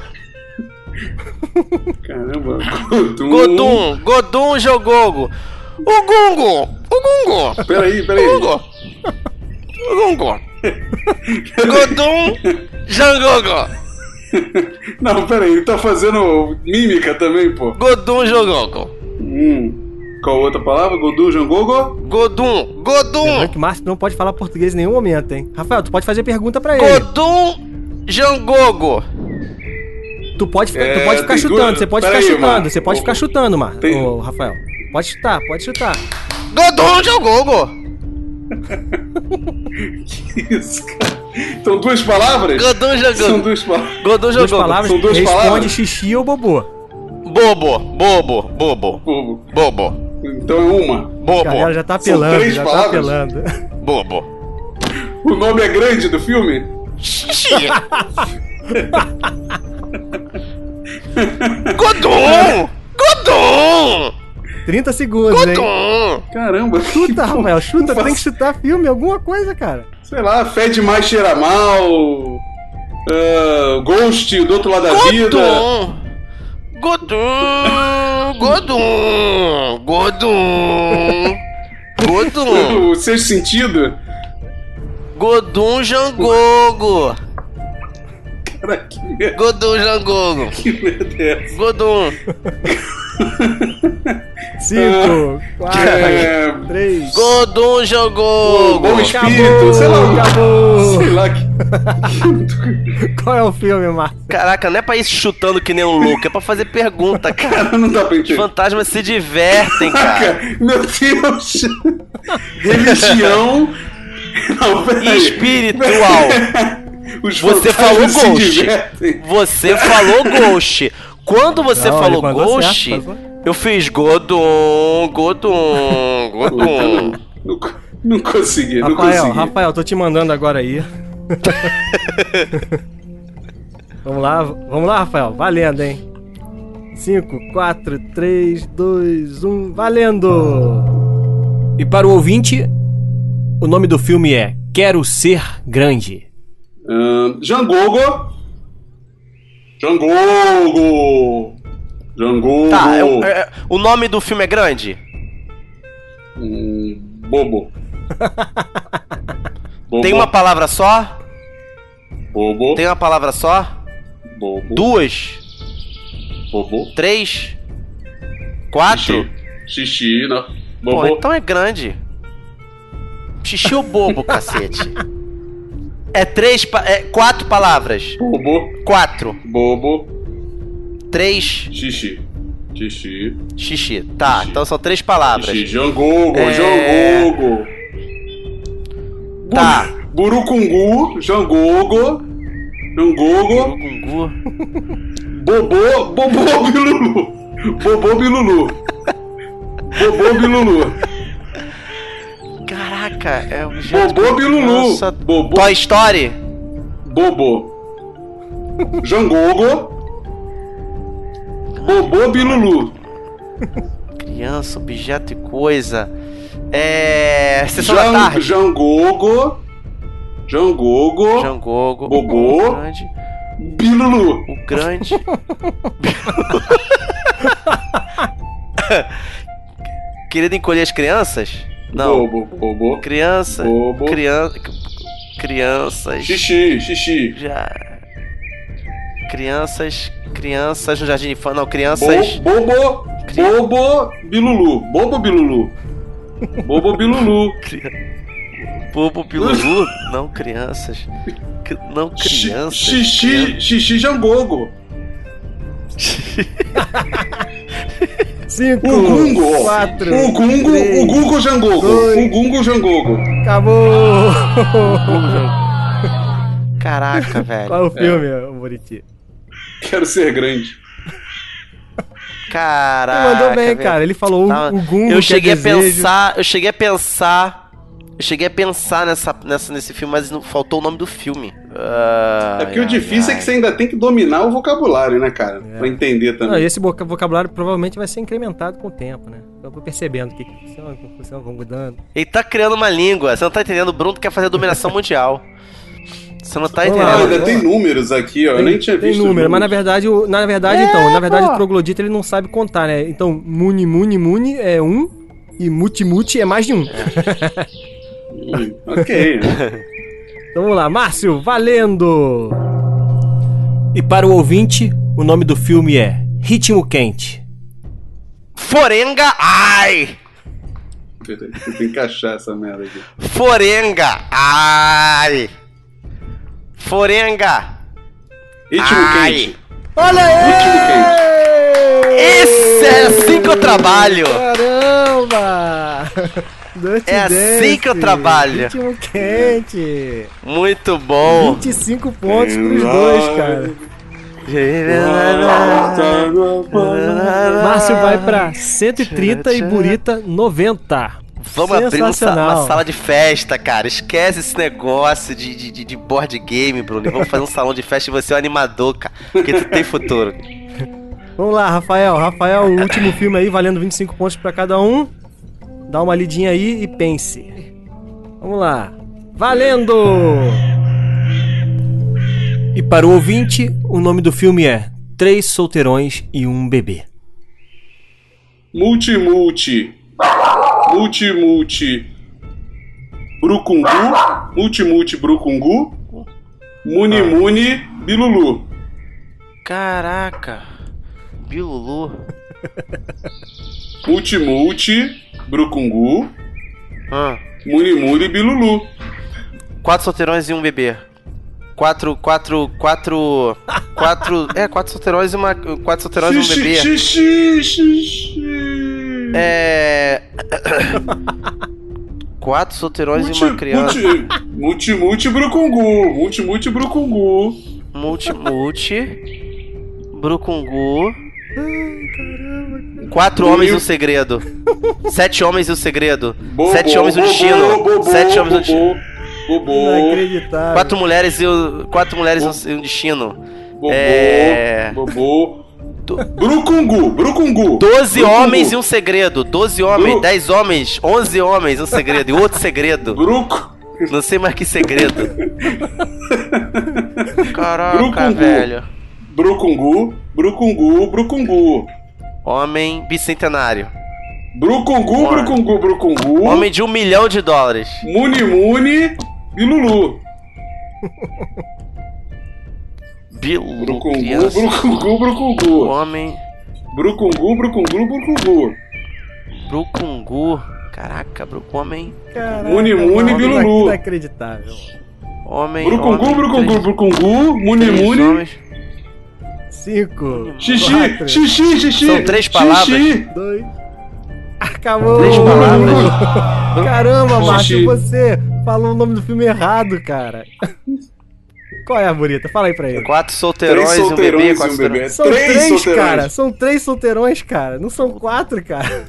Caramba, Godum, Jangogo! O Gungo! Peraí. Gungo! Godum, Jangogo! Não, peraí, ele tá fazendo mímica também, pô. Godum, Jangogo! Qual outra palavra? Godum, Jangogo? Godum! Lembrando que Márcio não pode falar português em nenhum momento, hein? Rafael, tu pode fazer pergunta pra ele. Godum, Jangogo! Tu pode ficar tem chutando, duas- você pode Pera ficar aí, chutando, Marco. você pode ficar chutando, Tem- Ô, Rafael. Pode chutar. Godum, Jangogo! Que isso, cara? São duas palavras? Godum, São Jangogo! duas palavras. Godum, Duas Jangogo! palavras, São duas responde palavras? xixi ou bobô. Bobo! Bobo. Então é uma. A galera já tá São apelando, três já palavras? tá apelando. Bobo! O nome é grande do filme? Xixi! Godum! 30 segundos, hein? Godum! Caramba. Chuta, Rafael, chuta, Não tem que faço- chutar filme, alguma coisa, cara. Sei lá, fede mais, cheira mal. Ghost, do outro lado da vida. Godum! O sexto sentido. Godum, Jangogo! Cara, que merda, Godum, Jangogo! que merda é essa? Godum! 5, 4, É, 3. Godum, Jangogo! bom espírito, sei lá. Acabou. Sei lá que. Qual é o filme, Márcio? Caraca, não é pra ir chutando que nem um louco, é pra fazer pergunta, cara. Cara, não dá pra Os entender. fantasmas se divertem, cara. Meu Deus! Religião. Não, peraí. Espiritual. Os Você fantasmas falou se Ghost. divertem. Você falou Ghost. Quando você Não, falou ele mandou Ghost, certo, mandou. eu fiz Godum. Não consegui, não Rafael, consegui. Rafael, tô te mandando agora aí. Vamos lá, Rafael, valendo, hein? 5, 4, 3, 2, 1, valendo! E para o ouvinte, o nome do filme é Quero Ser Grande. Jangogo. Tá, o nome do filme é grande? Bobo. Tem uma palavra só? Bobo. Tem uma palavra só? Bobo. 2? Bobo. 3? 4? Xixi, não. Pô, Bobo. então é grande. Xixi ou bobo, cacete? É 4 palavras. Bobo. 4. Bobo. 3. Xixi. Xixi. Tá, então são 3 palavras. Xixi. Jangogo. É. Jangogo. Tá. Burucungu. Jangogo. Gungu. Bobo Bilulu. Caraca, é o jeito Bobo que- Bilulu. Nossa. Bobo. Toy Story. Bobo. Jangogo. Bobo Bilulu. Criança, objeto e coisa. Sessão da tarde. Jangogo. Jangogo. Bobo. O grande. Bilulu. O grande. Querido encolher as crianças? Não. Bobo. Criança. Bobo. Crianças. Xixi. Já. Crianças no jardim de infância. Não, crianças. Bobo Bilulu. Bobo Bilulu. Bobo Bilulu? Não, crianças. Não, crianças. Xixi Jangogo. 5, O Gungo. 4, O Gungo Jangogo. dois. O Gungo Jangogo. acabou! Caraca, velho. Qual é o filme, Buriti? Quero ser grande. Caraca. Ele mandou bem, velho. cara. Ele falou o Gungo. Eu cheguei a pensar nesse filme, mas não, faltou o nome do filme. É porque o difícil é que você ainda tem que dominar o vocabulário, né, cara? Pra entender também. Não, e esse vocabulário provavelmente vai ser incrementado com o tempo, né? Eu tô percebendo o que funciona, vão mudando. Ele tá criando uma língua. Você não tá entendendo? O Bruno quer fazer a dominação mundial. Você não tá Vamos lá, entendendo. Ainda tem números aqui, ó. Eu nem tinha visto. Tem número, mas na verdade o pô. troglodita ele não sabe contar, né? Então, muni é 1 e muti é mais de 1. Ok. Então vamos lá, Márcio, valendo! E para o ouvinte, o nome do filme é Ritmo Quente. Forenga, ai! Peraí, tem que encaixar essa merda aqui. Forenga, ai! Forenga! Ritmo Ai. quente. Olha aí! Ritmo quente. Esse é assim que eu trabalho! Caramba! É assim que eu trabalho. Ritmo Quente. Muito bom! 25 pontos pros dois, cara. Márcio vai pra 130 e Burita 90. Vamos abrir uma Sensacional. sala de festa, cara. Esquece esse negócio de board game, Bruno. Vamos fazer um salão de festa e você é o animador, cara. Porque tu tem futuro. Vamos lá, Rafael. Rafael, o último filme aí, valendo 25 pontos pra cada um. Dá uma lidinha aí e pense. Vamos lá. Valendo! E para o ouvinte, o nome do filme é 3 Solteirões e um Bebê. Multi. Brucungu. Multi, Brucungu. Muni, Bilulu. Caraca. Bilulu. Multi, Brucungu. Muni, Bilulu. 4 solteirões e um bebê. 4 solteirões e uma. 4 solteirões e um bebê. É. 4 solteirões e uma criança. Multi, Brucungu. Brucungu. 4 homens e um segredo. 7 homens e um segredo. 7 homens e um destino. 7 homens e um destino. Inacreditável. 4 mulheres e um destino. Brucungu. 12 homens e um segredo. 12 homens, 10 homens, 11 homens e um segredo. E outro segredo. Não sei mais que segredo. Caraca, velho. Brucungu. Homem bicentenário. Brucungu. Homem de $1 milhão. Muni, Bilulu. Criança. Brucungu. Homem. Brucungu. Caraca, homem. Caraca, Muni, Bilulu. Inacreditável. Homem. Brucungu. Muni. 5. Xixi. São 3 palavras. 2. Acabou. 3 palavras. Caramba, Márcio, Xixi. você falou o nome do filme errado, cara. Qual é a bonita? Fala aí pra ele. 4 solteirões e um bebê. 4 solteirões. São 3, cara. São 3 solteirões, cara. Não são 4, cara.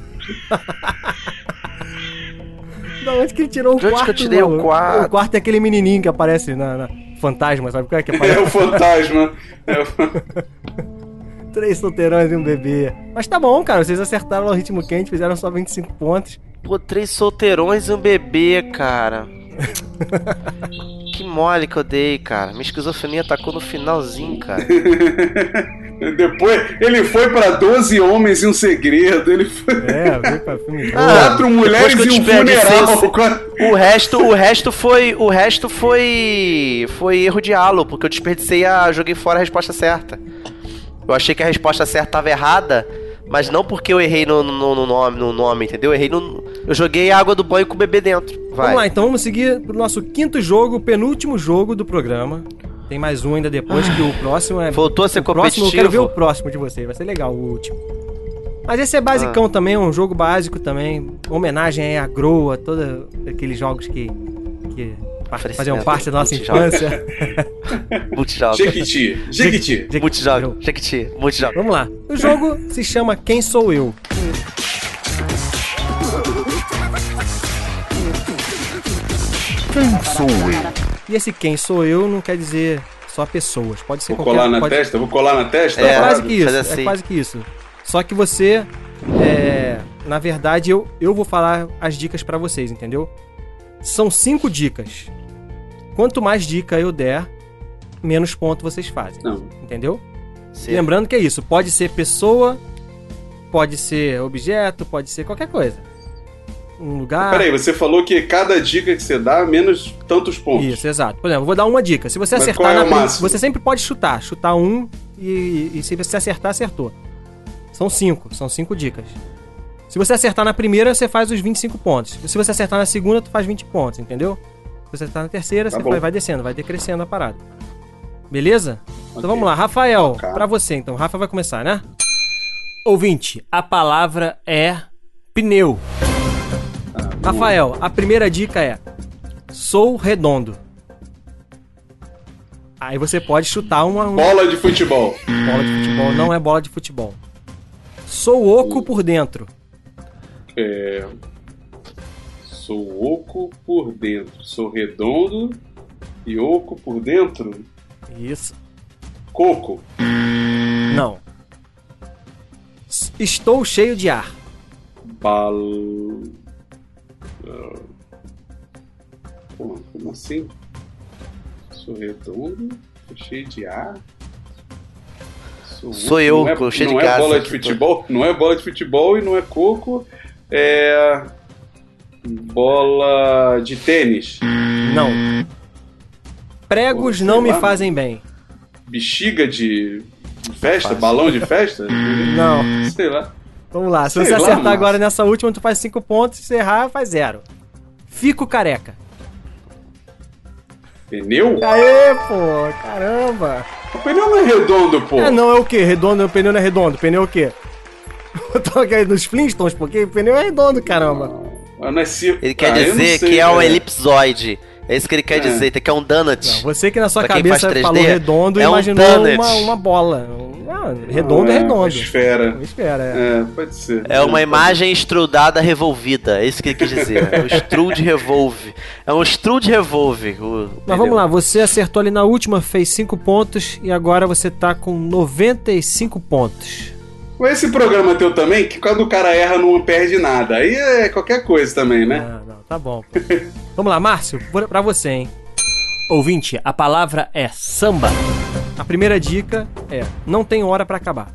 Da onde que ele tirou o De onde quarto? que eu tirei o mano? quarto? O quarto é aquele menininho que aparece na Fantasma, sabe qual é que É aparece? o fantasma. 3 solteirões e um bebê. Mas tá bom, cara. Vocês acertaram o ritmo quente, fizeram só 25 pontos. Pô, 3 solteirões e um bebê, cara. Que mole que eu dei, cara. Minha esquizofrenia atacou no finalzinho, cara. Depois ele foi pra 12 homens e um segredo. Ele foi. Veio pra filme. 4 mulheres depois que eu e um desperdicei funeral. O resto foi erro de halo, porque eu desperdicei joguei fora a resposta certa. Eu achei que a resposta certa tava errada, mas não porque eu errei no nome, entendeu? Eu errei eu joguei a água do banho com o bebê dentro. Vai. Vamos lá, então vamos seguir pro nosso quinto jogo, penúltimo jogo do programa. Tem mais um ainda depois, que o próximo é... Voltou a ser o próximo, competitivo? eu quero ver o próximo de vocês, vai ser legal o último. Mas esse é basicão também, é um jogo básico também. Homenagem aí à Groa, todos aqueles jogos que faziam parte da nossa infância. Multijogo. Jequiti. Multijogo. Jequiti. Multijogo. Vamos lá. O jogo se chama Quem Sou Eu? Quem sou eu? E esse Quem Sou Eu não quer dizer só pessoas. Pode ser Vou qualquer... colar na pode... testa? Vou colar na testa? É, É quase que isso, fazer é assim. quase que isso. Só que você, na verdade, eu vou falar as dicas pra vocês, entendeu? São 5 dicas. Quanto mais dica eu der, menos ponto vocês fazem, Não. entendeu? Sim. Lembrando que é isso, pode ser pessoa, pode ser objeto, pode ser qualquer coisa. Um lugar... Peraí, você falou que cada dica que você dá, menos tantos pontos. Isso, exato. Por exemplo, eu vou dar uma dica. Se você Mas acertar qual é na o máximo? você sempre pode chutar. Chutar um e se você acertar, acertou. São 5 dicas. Se você acertar na primeira, você faz os 25 pontos. Se você acertar na segunda, tu faz 20 pontos, entendeu? Se você acertar na terceira, Tá você bom. vai descendo, vai decrescendo a parada. Beleza? Então Ok. vamos lá, Rafael, Tá. pra você então. Rafa vai começar, né? Ouvinte, a palavra é pneu. Rafael, a primeira dica é: sou redondo. Aí você pode chutar uma Bola de futebol. bola de futebol. Não é bola de futebol. Sou oco por dentro. Sou oco por dentro. Sou redondo e oco por dentro. Isso. Coco. Não. Estou cheio de ar. Bal... Pô, como assim? Sou redondo, tô cheio de ar. Sou eu, não tô cheio de não gás é bola aqui, de futebol, não é bola de futebol e não é coco. É bola de tênis. Não. Pregos Pô, não sei me lá, fazem bem. Bexiga de festa, balão de festa? Não. Sei lá. Vamos lá. Se Sei você lá, acertar Márcio. agora nessa última, tu faz 5 pontos. Se errar, faz 0. Fico careca. Pneu? Aê, pô. Caramba. O pneu não é redondo, pô. Ah, não, é o quê? Redondo, o pneu não é redondo. Pneu é o quê? Eu tô aqui nos Flintstones, porque o pneu é redondo, caramba. Não é Ele quer eu não dizer sei, que é um cara. elipsoide. É isso que ele quer dizer, que é um donut. Não, você que na sua Pra quem faz cabeça 3D, falou redondo e é um imaginou donut. uma bola. Redondo é redondo. Uma esfera. Uma esfera, É, pode ser. É uma imagem estrudada revolvida, é isso que ele quis dizer. É um extrude revolve. É um extrude revolve. Mas vamos lá, você acertou ali na última, fez 5 pontos e agora você tá com 95 pontos. Com esse programa teu também, que quando o cara erra não perde nada. Aí é qualquer coisa também, né? Não, tá bom. Pô. Vamos lá, Márcio, pra você, hein? Ouvinte, a palavra é samba. A primeira dica é: não tem hora pra acabar.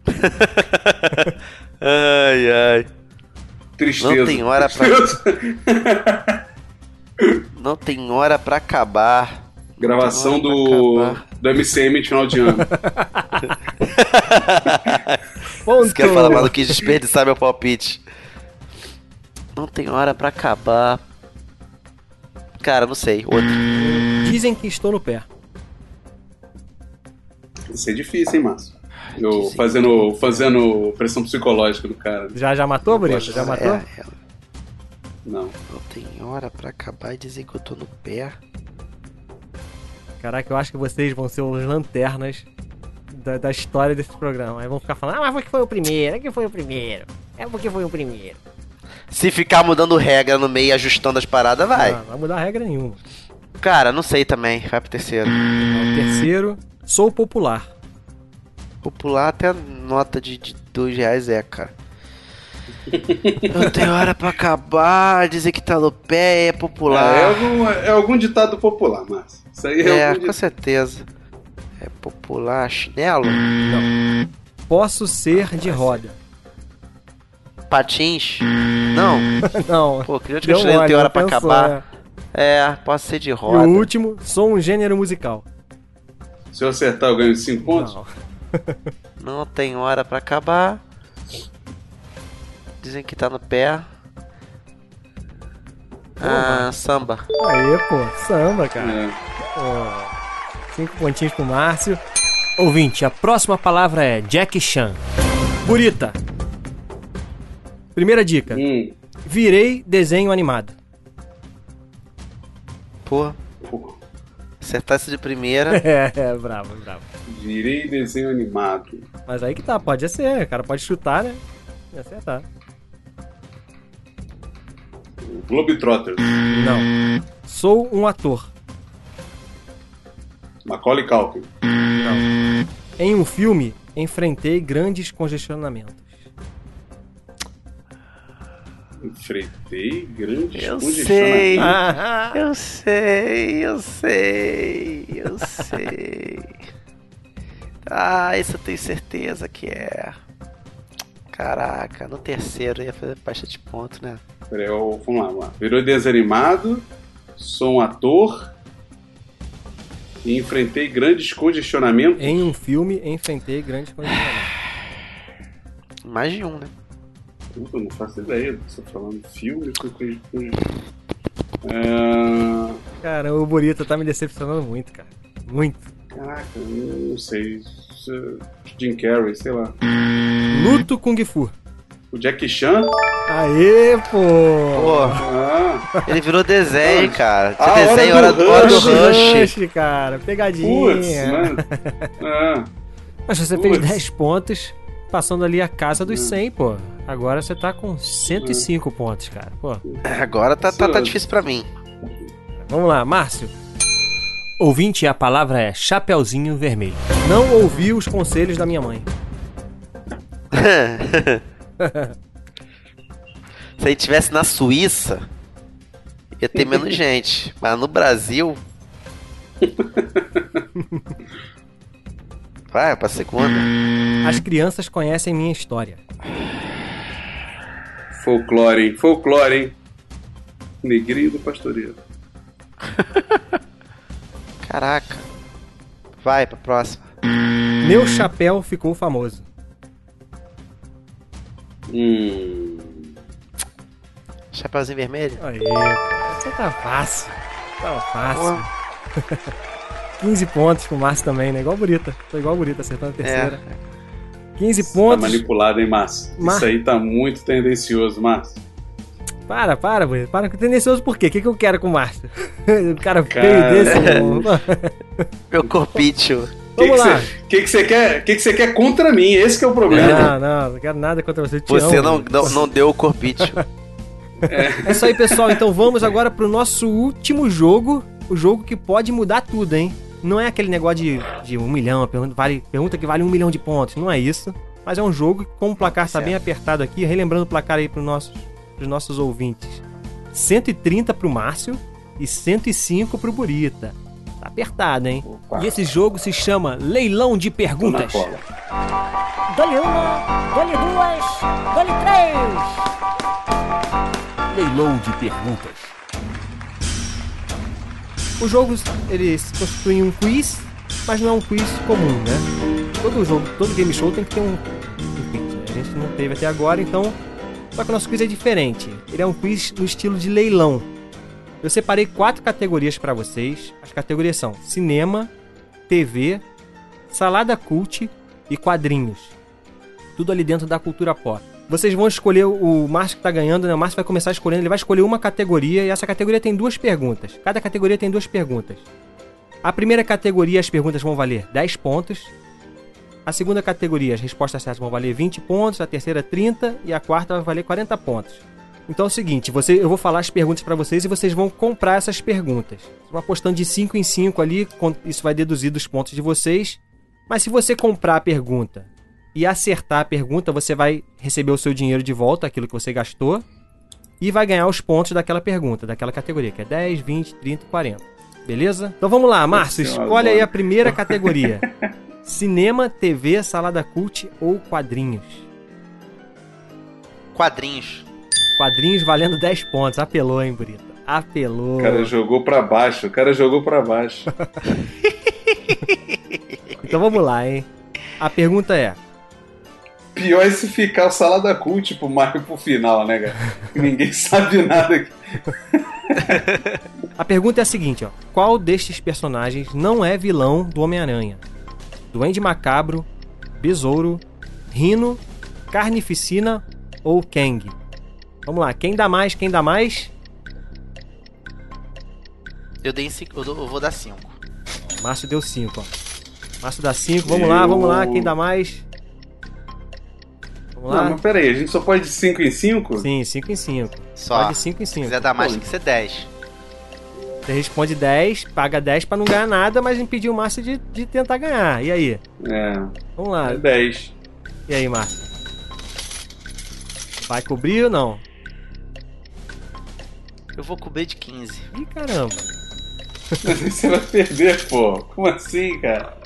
Ai, ai. Tristeza. Não tem hora pra- Tristeza. Não tem hora pra acabar. Gravação Não tem hora pra do MCM de final de ano. Ponto. Você quer falar mais do que desperdiçar meu palpite? Não tem hora pra acabar. Cara, não sei. Outro. Dizem que estou no pé. Isso é difícil, hein, Márcio? Eu Dizem. fazendo pressão psicológica do cara. Já matou, Bonito? Já matou? Não. Não tem hora pra acabar e dizer que eu tô no pé. Caraca, eu acho que vocês vão ser os lanternas da história desse programa. Aí vão ficar falando: mas porque foi o primeiro, é que foi o primeiro. É porque foi o primeiro. Se ficar mudando regra no meio e ajustando as paradas, vai. Não vai mudar regra nenhuma. Cara, não sei também. Vai pro terceiro. O terceiro, sou popular. Popular até nota de R$2 é, cara. Não tem hora pra acabar, dizer que tá no pé, é popular. É algum ditado popular, Márcio. Isso aí é, É, algum com certeza. É popular, chinelo? Posso ser de roda. Patins? Não. Não. Pô, que Deu eu não mole, tem hora não pra pensou, acabar. É, posso ser de E roda. o último, sou um gênero musical. Se eu acertar, eu ganho 5 pontos? Não. Não tem hora pra acabar. Dizem que tá no pé. Ah, samba. Aê, pô, samba, cara. É. Pô, 5 pontinhos pro Márcio. Ouvinte, a próxima palavra é Jack Chan. Burita. Primeira dica. Virei desenho animado. Pô, Pô. Acertasse de primeira. Bravo. Virei desenho animado. Mas aí que tá, pode ser, o cara pode chutar, né? E acertar. Globetrotters. Não. Sou um ator. Macaulay Culkin. Não. Em um filme, enfrentei grandes congestionamentos. Enfrentei grandes Eu congestionamentos. sei. Eu sei. Ah, isso eu tenho certeza que é. Caraca, no terceiro ia fazer bastante ponto, né? Peraí, vamos lá. Virou desenho animado, sou um ator e enfrentei grandes congestionamentos. Em um filme, enfrentei grandes congestionamentos. Mais de um, né? Eu não faço ideia do que você tá falando. Filme com Cara, o Burita tá me decepcionando muito, cara. Muito. Caraca, eu não sei. Jim Carrey, sei lá. Luto Kung Fu. O Jackie Chan? Aê, pô! Pô, ele virou desenho, cara. A Esse desenho hora hora do do Rush. Rush. Cara, Putz, pegadinha. mano. Mas você fez 10 pontos, passando ali a casa dos 100, pô. Agora você tá com 105 pontos, cara. Pô. Agora tá difícil pra mim. Vamos lá, Márcio. Ouvinte, a palavra é Chapeuzinho Vermelho. Não ouvi os conselhos da minha mãe. Se ele tivesse na Suíça, ia ter menos gente. Mas no Brasil. Vai pra segunda. As crianças conhecem minha história. Folclore, hein? Negrinho do pastoreiro. Caraca. Vai pra próxima. Meu chapéu ficou famoso. Chapeuzinho vermelho? Aí, pô. Você tá fácil. Tá fácil. 15 pontos com o Márcio também, né? Igual o Burita. Tô igual o Burita, acertando a terceira. 15 pontos. Tá manipulado, hein, Márcio? Isso aí tá muito tendencioso, Márcio. Para, Burita. Para com tendencioso por quê? O que eu quero com o Márcio? O cara feio desse, Meu corpício. Vamos lá. O que você quer contra mim? Esse que é o problema. Não quero nada contra você. Você não deu o corpício. É isso aí, pessoal. Então vamos agora pro nosso último jogo. O jogo que pode mudar tudo, hein? Não é aquele negócio de 1 milhão, pergunta que vale 1 milhão de pontos. Não é isso. Mas é um jogo que, como o placar tá bem apertado aqui, relembrando o placar aí pros nossos ouvintes. 130 pro Márcio e 105 pro Burita. Tá apertado, hein? Opa. E esse jogo se chama Leilão de Perguntas. Dole uma, dole duas, dole três. Leilão de perguntas. O jogo, ele se constitui em um quiz, mas não é um quiz comum, né? Todo game show tem que ter um quiz, né? A gente não teve até agora, então... Só que o nosso quiz é diferente. Ele é um quiz no estilo de leilão. Eu separei 4 categorias para vocês. As categorias são cinema, TV, salada cult e quadrinhos. Tudo ali dentro da cultura pop. Vocês vão escolher, o Márcio que tá ganhando, né? O Márcio vai começar escolhendo, ele vai escolher uma categoria e essa categoria tem 2 perguntas. Cada categoria tem 2 perguntas. A primeira categoria, as perguntas vão valer 10 pontos. A segunda categoria, as respostas certas vão valer 20 pontos, a terceira 30 e a quarta vai valer 40 pontos. Então é o seguinte, eu vou falar as perguntas para vocês e vocês vão comprar essas perguntas. Vocês vão apostando de 5 em 5 ali, isso vai deduzir dos pontos de vocês. Mas se você comprar a pergunta e acertar a pergunta, você vai receber o seu dinheiro de volta, aquilo que você gastou, e vai ganhar os pontos daquela pergunta, daquela categoria, que é 10, 20, 30 e 40. Beleza? Então vamos lá, Márcio, escolhe aí a primeira categoria. Cinema, TV, salada cult ou quadrinhos? Quadrinhos. Quadrinhos valendo 10 pontos. Apelou, hein, Burita? Apelou. O cara jogou pra baixo. Então vamos lá, hein? A pergunta é... Pior é se ficar o salada cult pro final, né, cara? Ninguém sabe nada aqui. A pergunta é a seguinte, ó. Qual destes personagens não é vilão do Homem-Aranha? Duende Macabro, Besouro, Rhino, Carnificina ou Kang? Vamos lá, quem dá mais? Eu dei 5, eu vou dar 5. Márcio deu 5, ó. Márcio dá 5, vamos lá, quem dá mais? Vamos lá. Não, mas peraí, a gente só pode de 5 em 5? Sim, 5 em 5. Só. Pode 5 em 5. Se quiser dar mais, tem que ser 10. Você responde 10, paga 10 pra não ganhar nada, mas impedir o Márcio de tentar ganhar. E aí? Vamos lá. É 10. E aí, Márcio? Vai cobrir ou não? Eu vou cobrir de 15. Ih, caramba. Mas aí você vai perder, pô. Como assim, cara?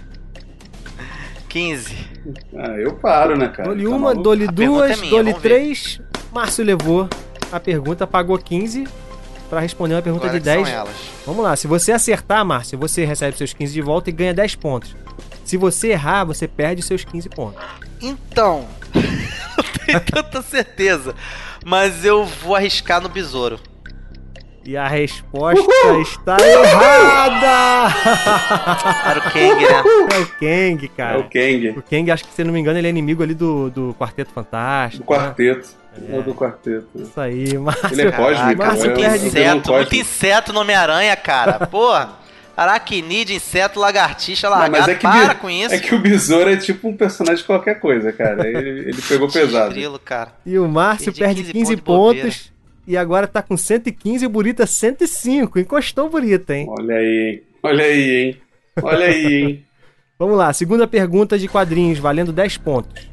15. Eu paro, né, cara? Dou-lhe Tá uma, maluco? dou-lhe A pergunta duas, é minha, dou-lhe vamos ver. 3. Márcio levou a pergunta, pagou 15 pra responder uma pergunta Agora de que são 10. elas. Vamos lá, se você acertar, Márcio, você recebe seus 15 de volta e ganha 10 pontos. Se você errar, você perde seus 15 pontos. Então, não tenho tanta certeza, mas eu vou arriscar no besouro. E a resposta está errada! Era o Kang, né? É o Kang, cara. É o Kang. O Kang, acho que se não me engano, ele é inimigo ali do Quarteto Fantástico. Do quarteto. É. Ou do quarteto. Isso aí, Márcio. Ele é cósmico, Márcio é um perde. vilão Inseto, muito cósmico. inseto no Homem-Aranha, cara. Porra. Aracnídeo, inseto, lagartixa, Não, lagarto. mas é que, Para com isso. é que o besouro é tipo um personagem de qualquer coisa, cara. Ele pegou pesado. Grilo, cara. E o Márcio Perdi perde 15 15 pontos. E agora tá com 115 e o Burita 105. Encostou o Burita, hein? Olha aí, hein? Olha aí, hein? Olha aí, hein? Vamos lá, segunda pergunta de quadrinhos, valendo 10 pontos.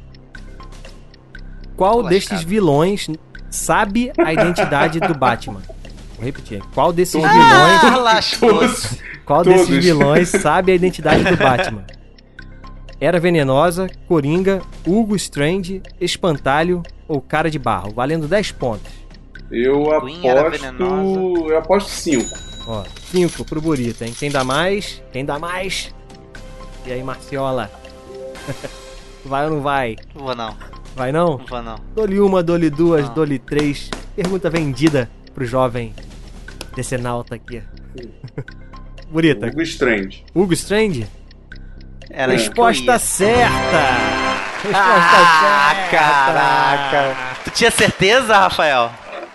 Qual Tô destes lascado. vilões sabe a identidade do Batman? Vou repetir. Qual desses Todos. vilões... Ah, lascou. Todos. Qual Todos. desses vilões sabe a identidade do Batman? Era Venenosa, Coringa, Hugo Strange, Espantalho ou Cara de Barro? Valendo 10 pontos. Eu Queen era aposto. venenosa. Eu aposto 5. Ó, 5 pro Burita, hein? Quem dá mais? Quem dá mais? E aí, Marciola? Vai ou não vai? Não vou não, Vai não? não vou não. Dou-lhe uma, dou-lhe duas, Não. dou-lhe 3. Pergunta vendida pro jovem decenalta aqui. Burita, Hugo Strange. Hugo Strange? Era isso que eu Resposta ia. certa! Resposta Ah, certa! caraca. Tu tinha certeza, Rafael?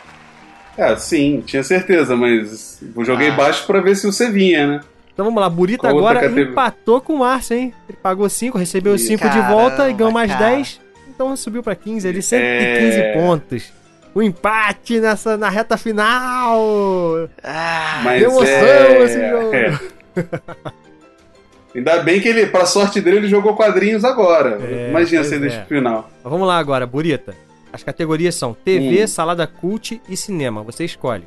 Sim, tinha certeza, mas eu joguei Ah. baixo pra ver se você vinha, né? Então vamos lá, Burita Qual outra agora categoria? empatou com o Márcio, hein? Ele pagou 5, recebeu Ih, 5 de volta e ganhou mais cara. 10. Então subiu pra 15, ele 115 pontos. O empate na reta final! Ah, Mas Deu emoção esse jogo. Ainda bem que ele, pra sorte dele, ele jogou quadrinhos agora. Imagina pois se ele deixa pro final. Mas vamos lá agora, Burita. As categorias são TV, salada cult e cinema. Você escolhe.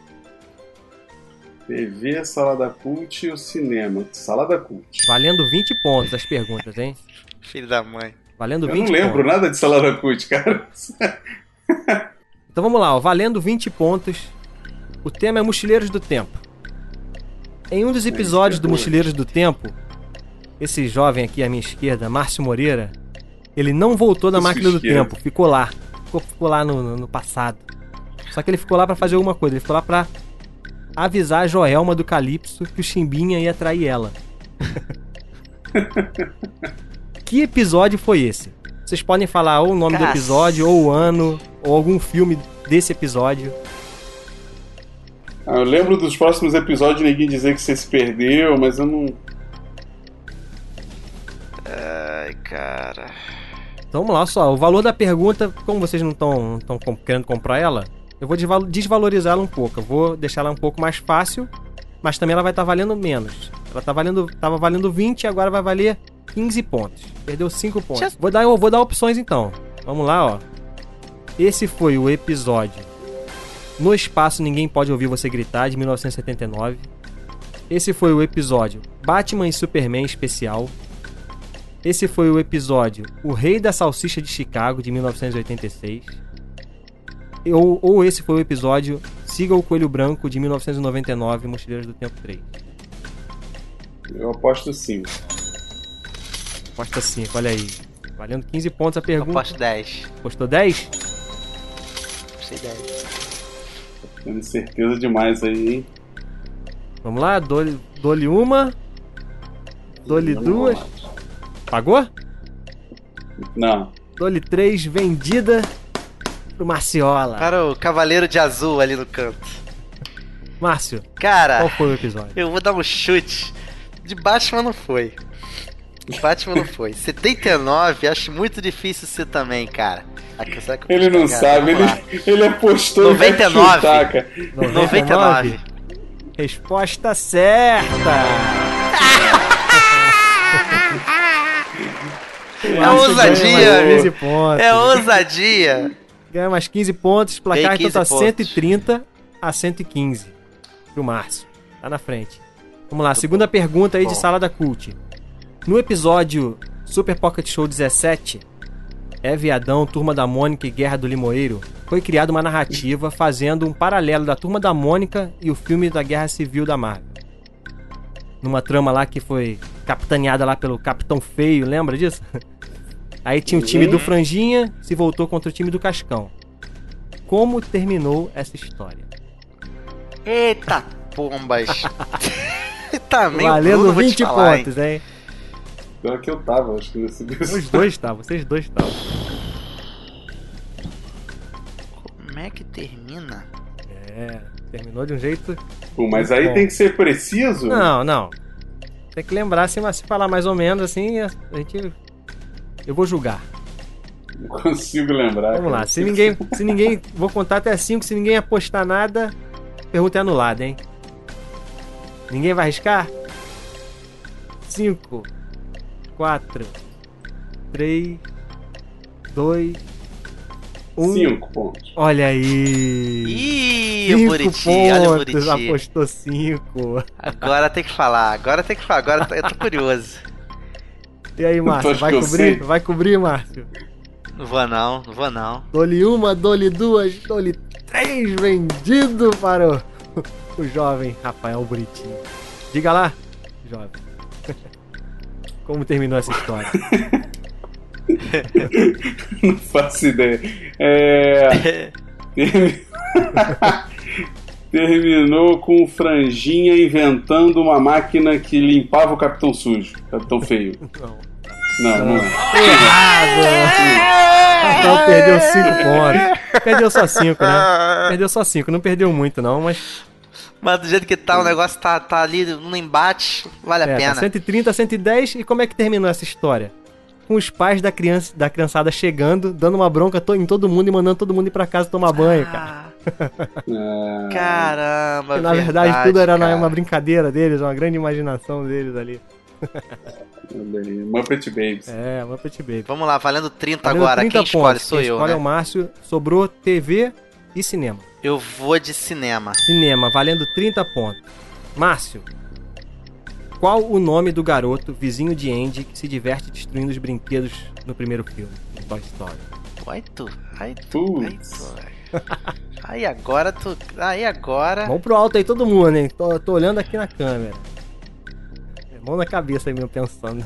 TV, salada cult e o cinema. Salada cult. Valendo 20 pontos as perguntas, hein? filho da mãe. Valendo Eu 20 não lembro pontos. nada de salada cult, cara. Então vamos lá, ó. Valendo 20 pontos. O tema é Mochileiros do Tempo. Em um dos episódios do Mochileiros do Tempo, esse jovem aqui à minha esquerda, Márcio Moreira, ele não voltou da Sua máquina do esquerda. tempo, ficou lá. Ficou lá no passado. Só que ele ficou lá pra fazer alguma coisa, ele ficou lá pra avisar a Joelma do Calypso que o Chimbinha ia trair ela. Que episódio foi esse? Vocês podem falar ou o nome do Cacete. episódio, ou o ano, ou algum filme desse episódio. Eu lembro dos próximos episódios ninguém dizer que você se perdeu, mas eu não. Ai, cara. Então vamos lá, só. O valor da pergunta, como vocês não estão querendo comprar ela, eu vou desvalorizar ela um pouco. Eu vou deixar ela um pouco mais fácil, mas também ela vai estar valendo menos. Ela tava valendo 20 e agora vai valer 15 pontos. Perdeu 5 pontos. Vou dar opções então. Vamos lá, ó. Esse foi o episódio No Espaço Ninguém Pode Ouvir Você Gritar, de 1979. Esse foi o episódio Batman e Superman Especial. Esse foi o episódio O Rei da Salsicha de Chicago, de 1986. Ou esse foi o episódio Siga o Coelho Branco, de 1999, Mochileiros do Tempo 3. Eu aposto 5. Aposta 5, olha aí. Valendo 15 pontos a pergunta. Aposto 10. Postou 10? Apostei 10. Tendo certeza demais aí, hein? Vamos lá, dou-lhe uma. Dou-lhe duas. Pagou? Não. Dou-lhe 3, vendida pro Marciola. Cara, o Cavaleiro de Azul ali no canto. Márcio, Cara, qual foi o episódio? eu vou dar um chute De Batman não foi. De Batman não foi. 79, acho muito difícil ser também, cara. Será que eu Ele não sabe, ele apostou 99. e vai chutar, cara. 99. Resposta certa! É ousadia, ganha 15 pontos. É ousadia. Ganha mais 15 pontos, placar Ganhei então tá 15 pontos. 130 a 115 pro Márcio. Tá na frente. Vamos lá, segunda pergunta aí de Sala da Cult. No episódio Super Pocket Show 17, Viadão, Turma da Mônica e Guerra do Limoeiro, foi criada uma narrativa fazendo um paralelo da Turma da Mônica e o filme da Guerra Civil da Marvel. Numa trama lá que foi capitaneada lá pelo Capitão Feio, lembra disso? Aí tinha o time do Franjinha, se voltou contra o time do Cascão. Como terminou essa história? Eita pombas. Tá meio valendo Bruno, vou te 20 falar, pontos, hein? Pior que eu tava, acho que nesse Os dois estavam, vocês dois estavam. Como é que termina? Terminou de um jeito... Pô, mas aí tem que ser preciso? Não. Tem que lembrar, se falar mais ou menos assim, a gente... Eu vou julgar. Não consigo lembrar. Vamos cara. lá, se ninguém... Vou contar até 5, se ninguém apostar nada, pergunta é anulada, hein? Ninguém vai arriscar? 5, 4, 3, 2, 1. 5 pontos. Olha aí! Ih, 5 Buriti, olha o pontos, Buriti. apostou 5. Agora tem que falar, agora eu tô curioso. E aí, Márcio, Acho vai que eu cobrir? sei. Vai cobrir, Márcio? Não vou não. Dole 1, dole 2, dole 3, vendido para o jovem Rafael Buritinho. Diga lá, jovem. Como terminou essa história? Não faço ideia. Terminou com o Franjinha inventando uma máquina que limpava o Capitão Sujo. Capitão Feio. Não é. Rafael perdeu 5 pontos. Perdeu só 5, né? Perdeu só 5, não perdeu muito não, mas... Mas do jeito que tá, o negócio tá ali no embate, vale a pena. Tá 130 a 110, e como é que terminou essa história? Com os pais da criançada chegando, dando uma bronca em todo mundo e mandando todo mundo ir pra casa tomar banho, cara. Caramba, Porque, na verdade, tudo era uma brincadeira deles, uma grande imaginação deles ali. Muppet Babies. Muppet Babies. Vamos lá, valendo 30 Valendo agora. 30 Quem escolhe? pontos. Sou Quem eu, escolhe né? é o Márcio. Sobrou TV e cinema. Eu vou de cinema. Cinema, valendo 30 pontos. Márcio, qual o nome do garoto, vizinho de Andy, que se diverte destruindo os brinquedos no primeiro filme, do Toy Story? Aí agora Vamos pro alto aí todo mundo, hein? Tô olhando aqui na câmera. Mão na cabeça aí mesmo pensando.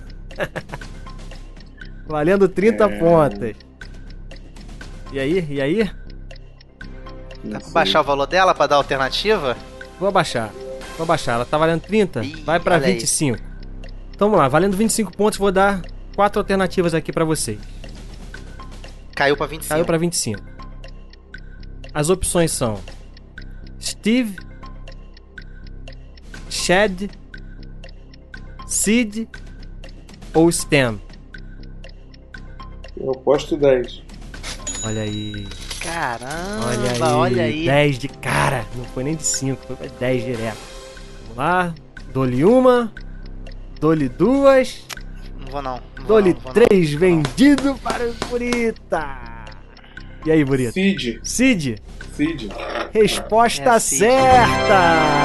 Valendo 30 pontos. E aí? Dá pra baixar o valor dela pra dar alternativa? Vou abaixar. Ela tá valendo 30, vai pra olha aí. 25. Então vamos lá, valendo 25 pontos, vou dar 4 alternativas aqui pra vocês. Caiu pra 25. Caiu pra 25. As opções são Steve, Chad, Sid ou Stan. Eu aposto 10. Olha aí. Caramba, olha aí. 10 de cara. Não foi nem de 5, foi pra 10 direto. Vamos lá. Dole 1, dole 2, Não vou não. dole 3, vendido para o Burita. E aí, Burita? Sid. Resposta Sid. certa.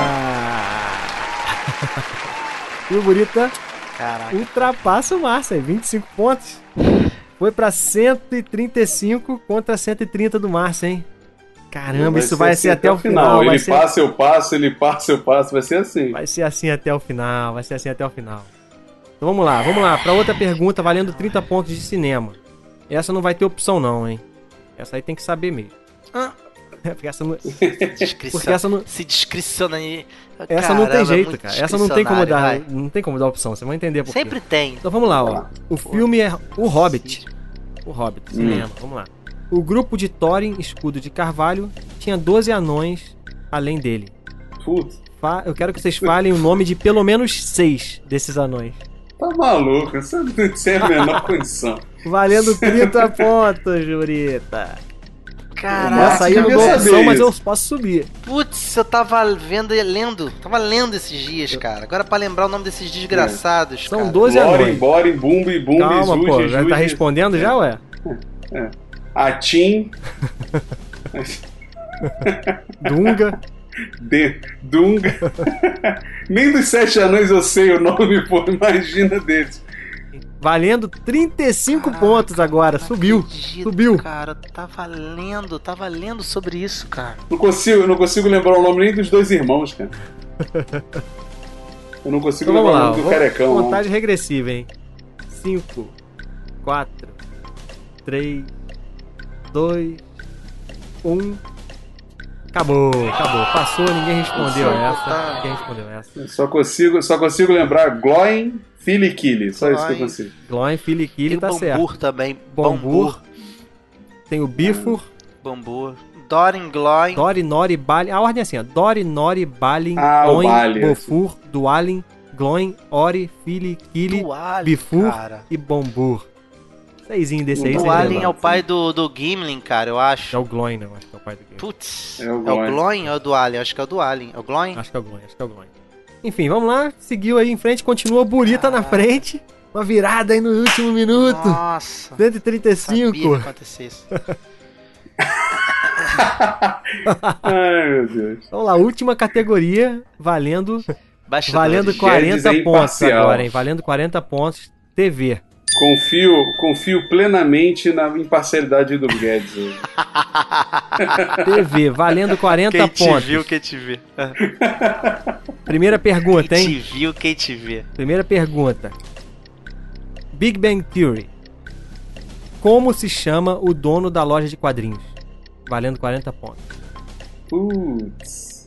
E o Burita ultrapassa o Márcio aí, 25 pontos. Foi pra 135 contra 130 do Márcio, hein? Caramba, isso vai ser até o final. Ele passa, eu passo, ele passa, eu passo. Vai ser assim. Vai ser assim até o final. Então vamos lá. Pra outra pergunta, valendo 30 pontos de cinema. Essa não vai ter opção não, hein? Essa aí tem que saber mesmo. Porque essa não... Se descriciona aí. Essa não tem jeito, muito cara. Essa não tem como dar, vai. não tem como dar opção. Você vai entender por quê. Sempre tem. Então vamos lá, ó. O filme é O Hobbit. Cinema. Vamos lá. O grupo de Thorin, Escudo de Carvalho, tinha 12 anões além dele. Putz. Eu quero que vocês falem o nome de pelo menos 6 desses anões. Tá maluco, isso não tem a menor condição. Valendo 30 pontos, Burita. Caraca, Essa aí eu não dou opção, mas eu posso subir. Putz, eu tava tava lendo esses dias, cara. Agora pra lembrar o nome desses desgraçados, São cara. 12 anões. Bora, Bumbi, Calma, Jude, pô, já tá respondendo já, ué? Atim. Dunga. Dunga. Nem dos 7 anões eu sei o nome, pô, imagina deles. Valendo 35 pontos agora, subiu. Cara, tava lendo sobre isso, cara. Não consigo lembrar o nome nem dos 2 irmãos, cara. Eu não consigo Então, lembrar o nome do carecão. Contagem regressiva, hein? 5, 4, 3, 2, 1. Acabou. Passou, ninguém respondeu essa. Só consigo lembrar Gloin, Filikili. Só isso que eu consigo. Gloin, Filikili, tá certo. Bambur também. Bambur. Tem o Bifur. Bambur. Dorin, Gloin. Dori, Nori, Balin. A ordem é assim, ó. Dori, Nori, Balin, o Balin, Bofur, Dualin, Gloin, Ori, Filikili, Bifur e Bambur. 6 desse aí. O Alien é o pai do Gimlin, cara, eu acho. É o Gloin, não, acho que é o pai do Gimlin. Putz, é o Gloin ou é o do Alien? Acho que é o do Alien. É o Gloin? Acho que é o Gloin. Enfim, vamos lá. Seguiu aí em frente, continua Burita na frente. Uma virada aí no último minuto. Nossa. 135. Sabia que acontecia isso. Ai, meu Deus. Vamos lá, última categoria, valendo 40 Guedes pontos agora, hein? Valendo 40 pontos, TV. Confio plenamente na imparcialidade do Guedes hoje. TV, valendo 40 pontos. Quem te viu. Primeira pergunta, hein? Quem te viu, quem te vê. Primeira pergunta. Big Bang Theory. Como se chama o dono da loja de quadrinhos? Valendo 40 pontos. Putz.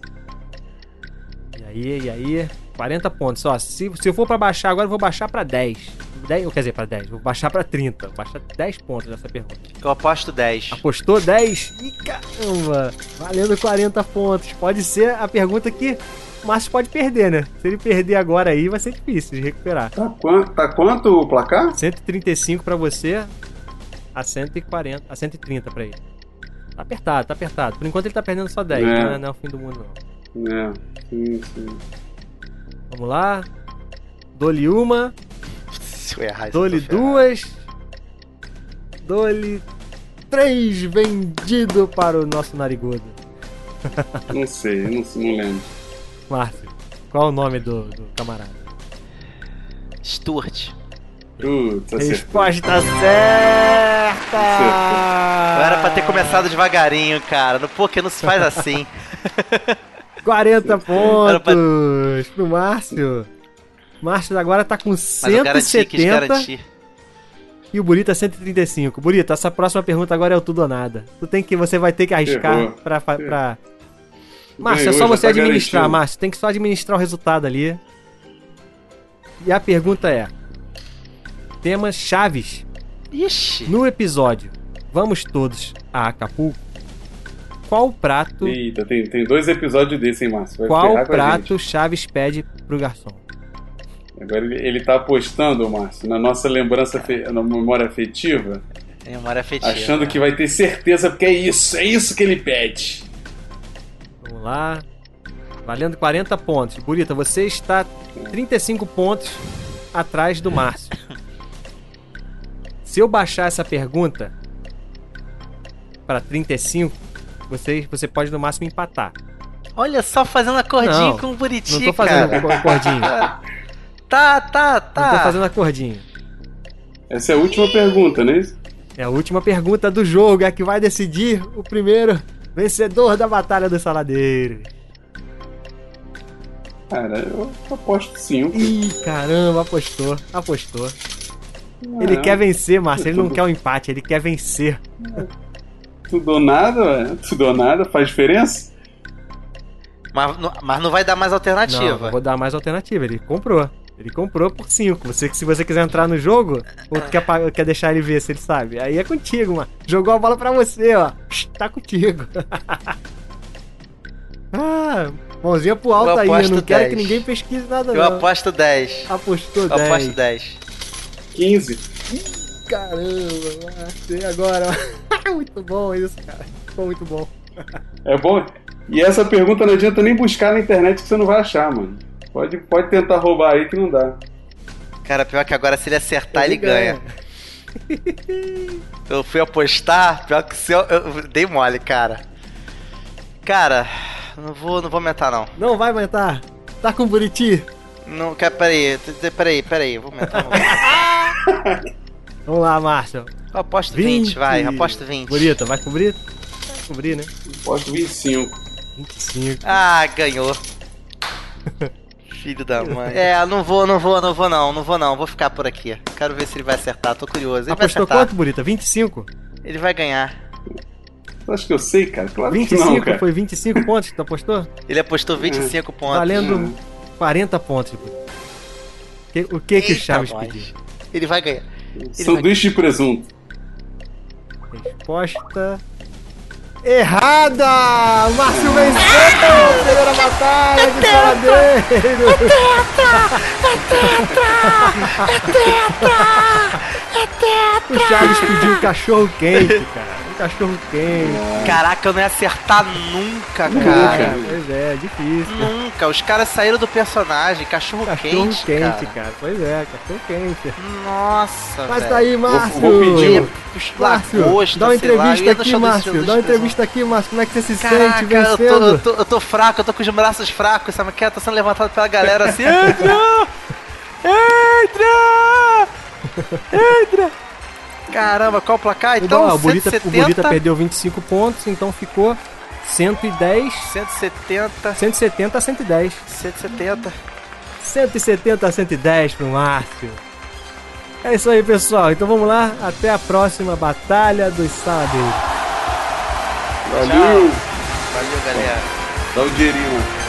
E aí? 40 pontos. Ó, se eu for pra baixar agora, eu vou baixar pra 10. Quer dizer, pra 10. Vou baixar pra 30. Vou baixar 10 pontos nessa pergunta. Eu aposto 10. Apostou 10? Ih, caramba! Valendo 40 pontos. Pode ser a pergunta que o Márcio pode perder, né? Se ele perder agora aí, vai ser difícil de recuperar. Tá quanto o placar? 135 pra você, a 140, a 130 pra ele. Tá apertado. Por enquanto ele tá perdendo só 10, não é o fim do mundo, não. Sim. Vamos lá. Dou-lhe uma. Se eu errar, Dou-lhe 2. Dou-lhe 3. Vendido para o nosso narigudo. Não sei, não lembro. Márcio, qual é o nome do camarada? Stuart. Resposta certa! Eu era pra ter começado devagarinho, cara. Porque não se faz assim. 40 pontos pro Márcio. Márcio agora tá com 170. Quis garantir. E o Burita 135. Burita, essa próxima pergunta agora é o tudo ou nada. Você vai ter que arriscar pra... Márcio, é só você administrar, Márcio. Tem que só administrar o resultado ali. E a pergunta é... Temas chaves. Ixi. No episódio Vamos Todos a Acapulco. Qual prato... Eita, tem 2 episódios desse, hein, Márcio? Qual prato Chaves pede pro garçom? Agora ele tá apostando, Márcio, na nossa lembrança, na memória afetiva. Memória afetiva. Achando que vai ter certeza, porque é isso que ele pede. Vamos lá. Valendo 40 pontos. Burita, você está 35 pontos atrás do Márcio. Se eu baixar essa pergunta para 35, você pode no máximo empatar. Olha só, fazendo acordinho com o Buriti, Não tô fazendo acordinho. Tá. Não tô fazendo acordinho. Essa é a última pergunta, não é isso? É a última pergunta do jogo, é a que vai decidir o primeiro vencedor da Batalha dos Saladeiros. Cara, eu aposto 5. Ih, caramba, apostou. Ele quer vencer, Márcio, ele não quer um empate, ele quer vencer. Tudo ou nada, faz diferença? Mas não vai dar mais alternativa. Não vou dar mais alternativa, ele comprou por 5. Se você quiser entrar no jogo, ou quer deixar ele ver se ele sabe, aí é contigo, mano. Jogou a bola pra você, ó. Tá contigo. Mãozinha pro alto Eu aí, eu aposto não quero 10. que ninguém pesquise nada, Eu não. aposto 10. Apostou Eu 10. aposto 10. 15. Caramba, Márcio, agora? Muito bom isso, cara. Ficou muito bom. É bom? E essa pergunta não adianta nem buscar na internet que você não vai achar, mano. Pode tentar roubar aí que não dá. Cara, pior que agora se ele acertar, ele ganha. Eu fui apostar, pior que se eu dei mole, cara. Cara, não vou aumentar não. Não vai aumentar. Tá com Buriti? Não, cara, peraí, vou aumentar. Vamos lá, Márcio. Eu aposto 20, vai, aposto 20. Burita, vai cobrir? Vai cobrir, né? Aposto 25. 25. Ah, ganhou. Filho da mãe. É, não vou não. Vou ficar por aqui. Quero ver se ele vai acertar, tô curioso. Ele Apostou vai acertar. quanto, Burita? 25? Ele vai ganhar. Eu acho que eu sei, cara. Claro 25? que não, cara. Foi 25 pontos que tu apostou? Ele apostou 25 pontos. Valendo 40 pontos. O que o Chaves nós. pediu? Ele vai ganhar. Sanduíche de presunto. Resposta errada! Márcio venceu! Primeira batalha de paradeiro! O Chaves pediu cachorro quente, cara. Um cachorro quente. Caraca, eu não ia acertar nunca, Nunca. cara. Pois é, difícil. Nunca. Os caras saíram do personagem. Cachorro quente, cara. Pois é, cachorro quente. Nossa, Mas velho. tá aí, Márcio! Vou pedir. Márcio, Lagosta, dá uma sei lá, eu entrevista ia no aqui, show do Márcio. Silvio Dá uma de Presunto. entrevista aqui, Márcio. Como é que você se Caraca, sente vencendo? eu tô fraco, eu tô com os braços fracos, sabe o que? Eu tô sendo levantado pela galera assim. Entra! Caramba, qual o placar? Então, Igual, o Burita 170, perdeu 25 pontos, então ficou 110, 170, 170 a 110. 170. 170 a 110 pro Márcio. É isso aí, pessoal. Então vamos lá. Até a próxima Batalha dos Saladeiros. Valeu. Valeu, galera. Dá o dinheirinho, mano.